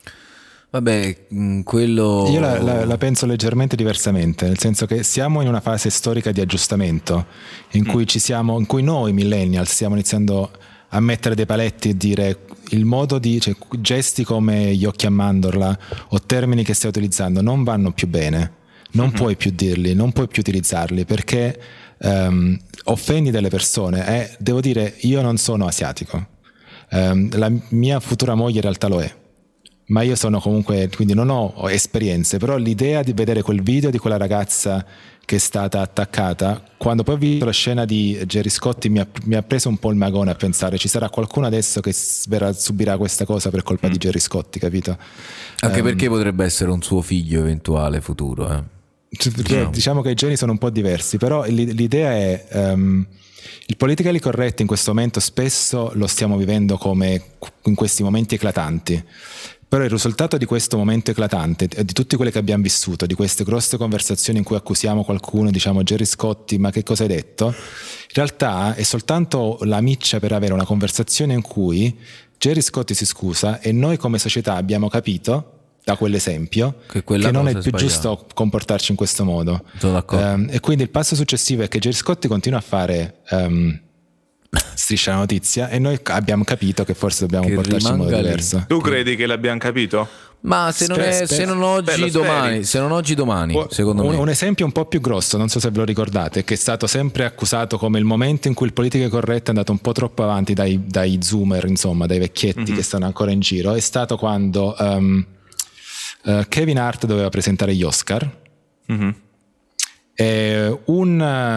Vabbè, mh, quello...
Io la, la- la penso leggermente diversamente, nel senso che siamo in una fase storica di aggiustamento in cui ci siamo, in cui noi millennials stiamo iniziando a mettere dei paletti e dire il modo di, cioè, gesti come gli occhi a mandorla o termini che stai utilizzando non vanno più bene, non puoi più dirli, non puoi più utilizzarli perché ehm, offendi delle persone. E devo dire, io non sono asiatico. Ehm, la mia futura moglie in realtà lo è, ma io sono comunque, quindi non ho esperienze, però l'idea di vedere quel video di quella ragazza che è stata attaccata, quando poi ho visto la scena di Gerry Scotti mi ha, mi ha preso un po' il magone a pensare ci sarà qualcuno adesso che s- verrà, subirà questa cosa per colpa di Gerry Scotti, capito?
Anche
Ehm,
perché potrebbe essere un suo figlio eventuale futuro, eh.
Cioè, perché diciamo che i geni sono un po' diversi, però l'i- l'idea è um, il politically correct in questo momento spesso lo stiamo vivendo come in questi momenti eclatanti, però il risultato di questo momento eclatante e di tutte quelle che abbiamo vissuto, di queste grosse conversazioni in cui accusiamo qualcuno, diciamo Gerry Scotti ma che cosa hai detto, in realtà è soltanto la miccia per avere una conversazione in cui Gerry Scotti si scusa e noi come società abbiamo capito da quell'esempio
Che
che,
quella
non è
cosa è
più
sbagliata.
giusto comportarci in questo modo.
Sono d'accordo.
Ehm, e quindi il passo successivo è che Gerry Scotti continua a fare ehm, Striscia la Notizia e noi abbiamo capito che forse dobbiamo
Che
comportarci in modo
rimanga lì.
diverso.
Tu credi che l'abbiamo capito?
Ma se non,
Sper-
è,
sper-
se non oggi,
spero,
domani,
speri.
se non oggi, domani,
Può-
secondo
Un,
me.
un esempio un po' più grosso, non so se ve lo ricordate, che è stato sempre accusato come il momento in cui il politica corretta è andato un po' troppo avanti dai, dai zoomer, insomma, dai vecchietti
Mm-hmm.
che stanno ancora in giro, è stato quando um, uh, Kevin Hart doveva presentare gli Oscar
Mm-hmm.
e un, uh,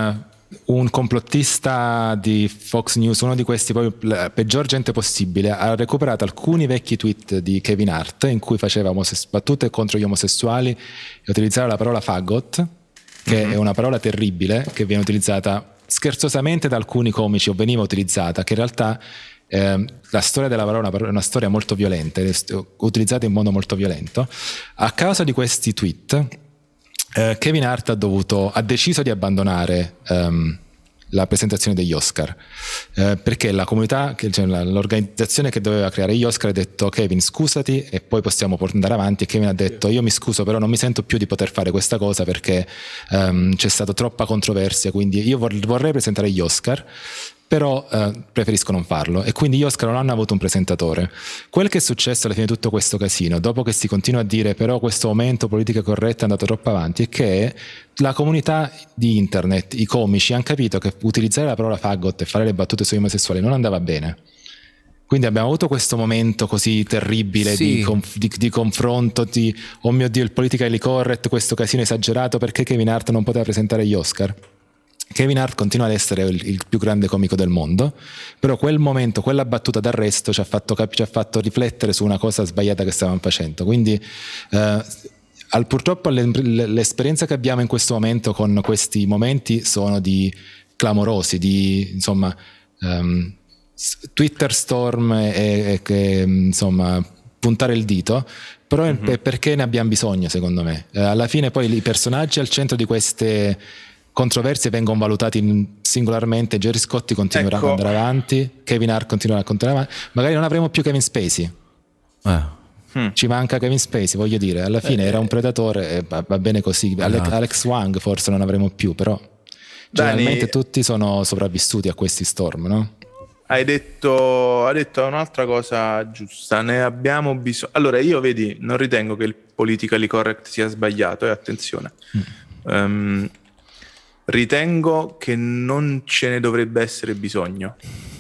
un complottista di Fox News, uno di questi, proprio la peggior gente possibile, ha recuperato alcuni vecchi tweet di Kevin Hart in cui faceva omosessu- battute contro gli omosessuali e utilizzava la parola faggot, che mm-hmm. è una parola terribile che viene utilizzata scherzosamente da alcuni comici, o veniva utilizzata, che in realtà eh, la storia della parola è una storia molto violenta, è utilizzata in modo molto violento. A causa di questi tweet eh, Kevin Hart ha dovuto ha deciso di abbandonare um, la presentazione degli Oscar eh, perché la comunità, cioè l'organizzazione che doveva creare gli Oscar ha detto: Kevin, scusati e poi possiamo andare avanti. E Kevin ha detto: io mi scuso, però non mi sento più di poter fare questa cosa perché um, c'è stata troppa controversia, quindi io vor- vorrei presentare gli Oscar, però eh, preferisco non farlo. E quindi gli Oscar non hanno avuto un presentatore. Quel che è successo alla fine di tutto questo casino, dopo che si continua a dire però questo momento politica corretta è andato troppo avanti, è che la comunità di internet, i comici, hanno capito che utilizzare la parola faggot e fare le battute sugli omosessuali non andava bene. Quindi abbiamo avuto questo momento così terribile sì. di, conf- di, di confronto, di oh mio Dio, il politically correct, questo casino esagerato, perché Kevin Hart non poteva presentare gli Oscar. Kevin Hart continua ad essere il, il più grande comico del mondo, però quel momento, quella battuta d'arresto ci ha fatto, cap- ci ha fatto riflettere su una cosa sbagliata che stavamo facendo. Quindi eh, al, purtroppo le, le, l'esperienza che abbiamo in questo momento con questi momenti sono di clamorosi, di insomma um, Twitter storm e, e insomma puntare il dito, però mm-hmm. è perché ne abbiamo bisogno, secondo me. Eh, alla fine poi i personaggi al centro di queste controversie vengono valutati singolarmente. Gerry Scotti continuerà ecco. ad andare avanti, Kevin Hart continuerà a continuare avanti, magari non avremo più Kevin Spacey eh. hmm. ci manca Kevin Spacey, voglio dire, alla fine eh. era un predatore e va, va bene così. Alex, ah. Alex Wang forse non avremo più, però generalmente Dani, tutti sono sopravvissuti a questi storm, no?
Hai detto, hai detto un'altra cosa giusta, ne abbiamo bisogno. Allora io vedi, non ritengo che il politically correct sia sbagliato, e eh, attenzione mm. um, ritengo che non ce ne dovrebbe essere bisogno.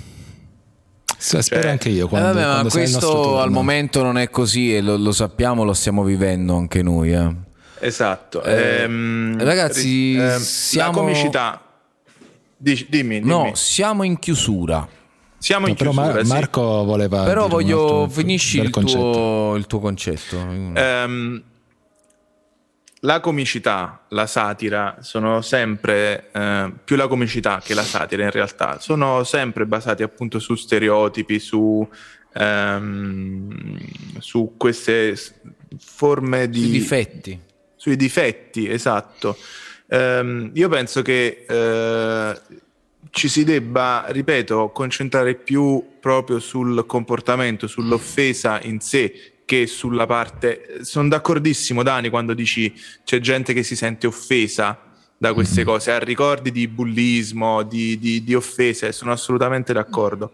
Spero cioè, anche io quando,
eh vabbè,
quando
ma questo al momento non è così e lo, lo sappiamo, lo stiamo vivendo anche noi eh.
Esatto
eh,
ehm,
ragazzi
eh,
siamo...
la comicità dimmi, dimmi.
No, siamo in chiusura
siamo in
no, però
chiusura
Mar- Marco
sì.
voleva
però voglio
altro,
finisci il tuo, il tuo concetto.
Um, la comicità, la satira sono sempre eh, più la comicità che la satira in realtà sono sempre basati appunto su stereotipi, su um, su queste forme di
sui difetti
sui difetti esatto. Um, io penso che uh, ci si debba, ripeto, concentrare più proprio sul comportamento, sull'offesa in sé, che sulla parte. Sono d'accordissimo, Dani, quando dici c'è gente che si sente offesa da queste cose, a ricordi di bullismo, di, di, di offese, sono assolutamente d'accordo.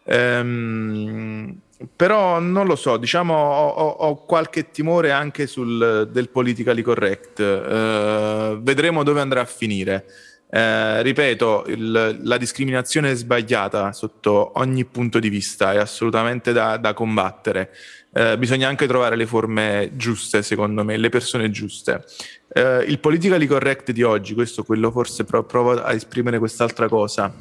Ehm, però non lo so, diciamo ho, ho, ho qualche timore anche sul del politically correct. Eh, vedremo dove andrà a finire. Eh, ripeto, il, la discriminazione è sbagliata sotto ogni punto di vista, è assolutamente da, da combattere. Eh, bisogna anche trovare le forme giuste, secondo me, le persone giuste. Eh, il politically correct di oggi, questo quello forse pro- provo a esprimere quest'altra cosa.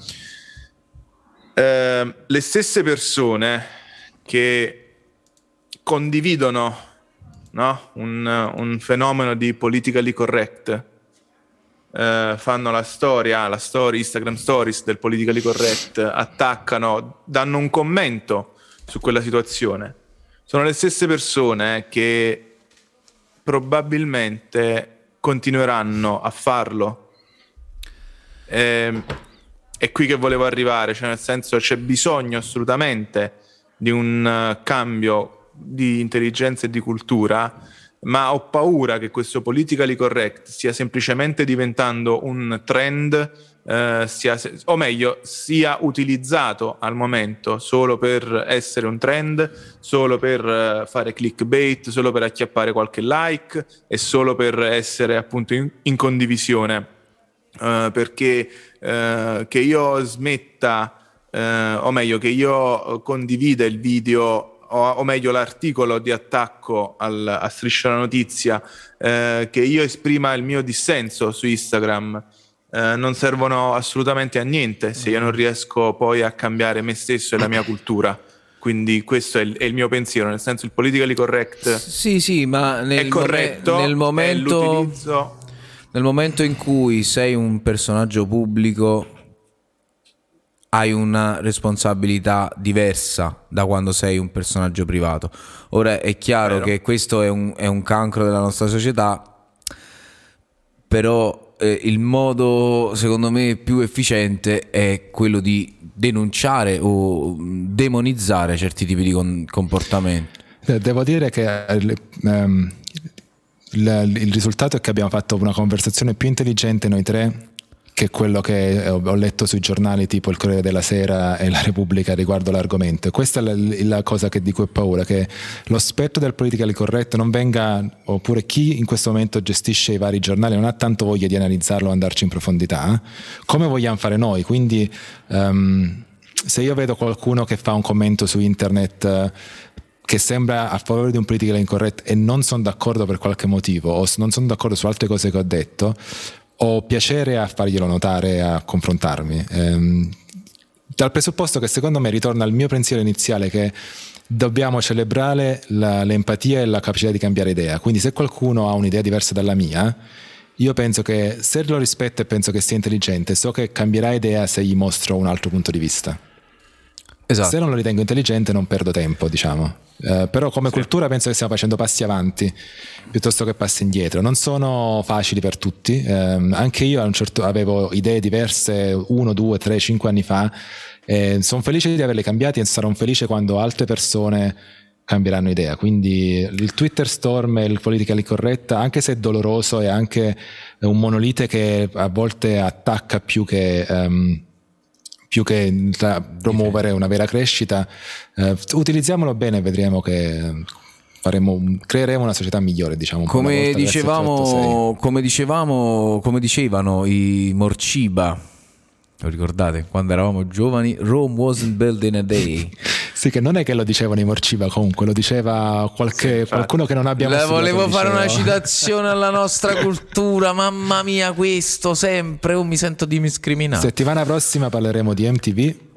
Eh, le stesse persone che condividono, no, un, un fenomeno di politically correct, Uh, fanno la storia, la story, Instagram stories del politically correct, attaccano, danno un commento su quella situazione. Sono le stesse persone che probabilmente continueranno a farlo. E, è qui che volevo arrivare, cioè nel senso c'è bisogno assolutamente di un uh, cambio di intelligenza e di cultura, ma ho paura che questo politically correct stia semplicemente diventando un trend, eh, sia, o meglio, sia utilizzato al momento solo per essere un trend, solo per uh, fare clickbait, solo per acchiappare qualche like e solo per essere appunto in, in condivisione. Uh, perché uh, che io smetta, uh, o meglio, che io condivida il video o meglio l'articolo di attacco al, a Striscia la Notizia, eh, che io esprima il mio dissenso su Instagram, eh, non servono assolutamente a niente se io non riesco poi a cambiare me stesso e la mia cultura. Quindi questo è il, è il mio pensiero, nel senso il politically correct
sì sì ma nel,
è corretto,
mom- nel momento
l'utilizzo...
nel momento in cui sei un personaggio pubblico hai una responsabilità diversa da quando sei un personaggio privato. Ora è chiaro
Vero.
che questo è un, è un cancro della nostra società, però eh, il modo secondo me più efficiente è quello di denunciare o demonizzare certi tipi di con- comportamenti.
Devo dire che um, il, il risultato è che abbiamo fatto una conversazione più intelligente noi tre che quello che ho letto sui giornali tipo il Corriere della Sera e la Repubblica riguardo l'argomento. E questa è la, la cosa che, di cui ho paura, che lo spettro del politically corretto non venga, oppure chi in questo momento gestisce i vari giornali non ha tanto voglia di analizzarlo o andarci in profondità, come vogliamo fare noi. Quindi um, se io vedo qualcuno che fa un commento su internet uh, che sembra a favore di un politically incorretto e non sono d'accordo per qualche motivo o non sono d'accordo su altre cose che ho detto, ho piacere a farglielo notare e a confrontarmi, ehm, dal presupposto che secondo me ritorna al mio pensiero iniziale che dobbiamo celebrare la, l'empatia e la capacità di cambiare idea. Quindi se qualcuno ha un'idea diversa dalla mia, io penso che se lo rispetto e penso che sia intelligente, so che cambierà idea se gli mostro un altro punto di vista. Esatto. Se non lo ritengo intelligente non perdo tempo, diciamo. Uh, però come sì. cultura penso che stiamo facendo passi avanti piuttosto che passi indietro. Non sono facili per tutti, uh, anche io a un certo avevo idee diverse uno, due, tre, cinque anni fa e sono felice di averle cambiate e sarò felice quando altre persone cambieranno idea. Quindi il Twitter storm e il politically correct, anche se è doloroso, è anche un monolite che a volte attacca più che um, più che promuovere una vera crescita. Uh, utilizziamolo bene e vedremo che faremo, creeremo una società migliore, diciamo.
Come dicevamo, come dicevamo, come dicevano i Morciba, lo ricordate? Quando eravamo giovani, Rome wasn't built in a day.
Sì, che non è che lo dicevano i Morciba, comunque lo diceva qualche, sì, qualcuno che non abbiamo
studiato. Volevo fare una citazione alla nostra cultura, mamma mia, questo sempre, oh, mi sento discriminato.
Settimana prossima parleremo di M T V.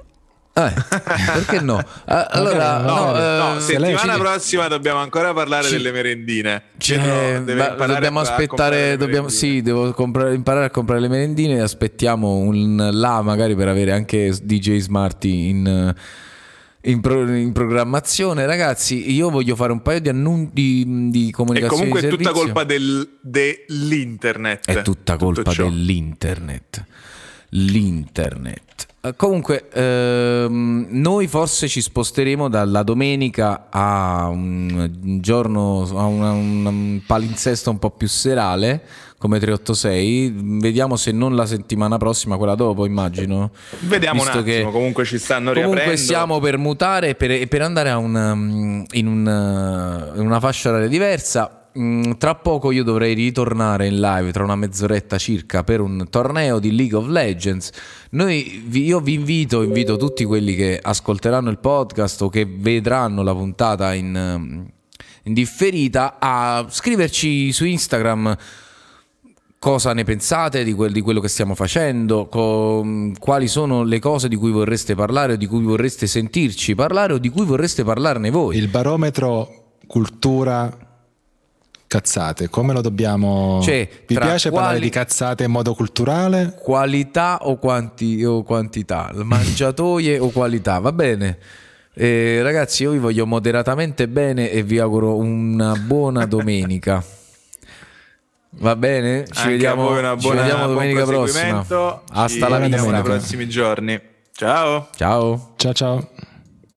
Eh, perché no? Allora,
no,
no,
no,
no,
settimana
lei...
prossima dobbiamo ancora parlare
ci...
delle merendine.
Cioè, ba- dobbiamo aspettare, dobbiamo, sì, devo comprare, imparare a comprare le merendine. Aspettiamo un là magari per avere anche D J Smarty in, in, pro, in programmazione. Ragazzi, io voglio fare un paio di annunci di, di comunicazione.
E comunque
di
è tutta
servizio.
colpa del, dell'internet.
È tutta colpa dell'internet. L'internet. Comunque ehm, noi forse ci sposteremo dalla domenica a un giorno, a una, un palinsesto un po' più serale come tre otto sei. Vediamo se non la settimana prossima, quella dopo, immagino.
Vediamo
Visto
un attimo,
che
comunque ci stanno riaprendo.
Comunque stiamo per mutare e per, per andare a un, in, un, in una fascia oraria diversa. Tra poco io dovrei ritornare in live, tra una mezz'oretta circa, per un torneo di League of Legends. Noi, io vi invito, invito tutti quelli che ascolteranno il podcast o che vedranno la puntata in, in differita a scriverci su Instagram cosa ne pensate di, quel, di quello che stiamo facendo, co- quali sono le cose di cui vorreste parlare o di cui vorreste sentirci parlare o di cui vorreste parlarne voi.
Il barometro cultura cazzate, come lo dobbiamo...
Cioè,
vi piace
quali...
parlare di cazzate in modo culturale?
Qualità o, quanti... o quantità? Mangiatoie o qualità? Va bene. Eh, ragazzi, io vi voglio moderatamente bene e vi auguro una buona domenica. Va bene? Ci
Anche
vediamo,
a voi una buona,
ci vediamo domenica
buon
prossima.
Hasta
ci
la
vediamo
nei prossimi giorni. Ciao.
Ciao.
Ciao ciao.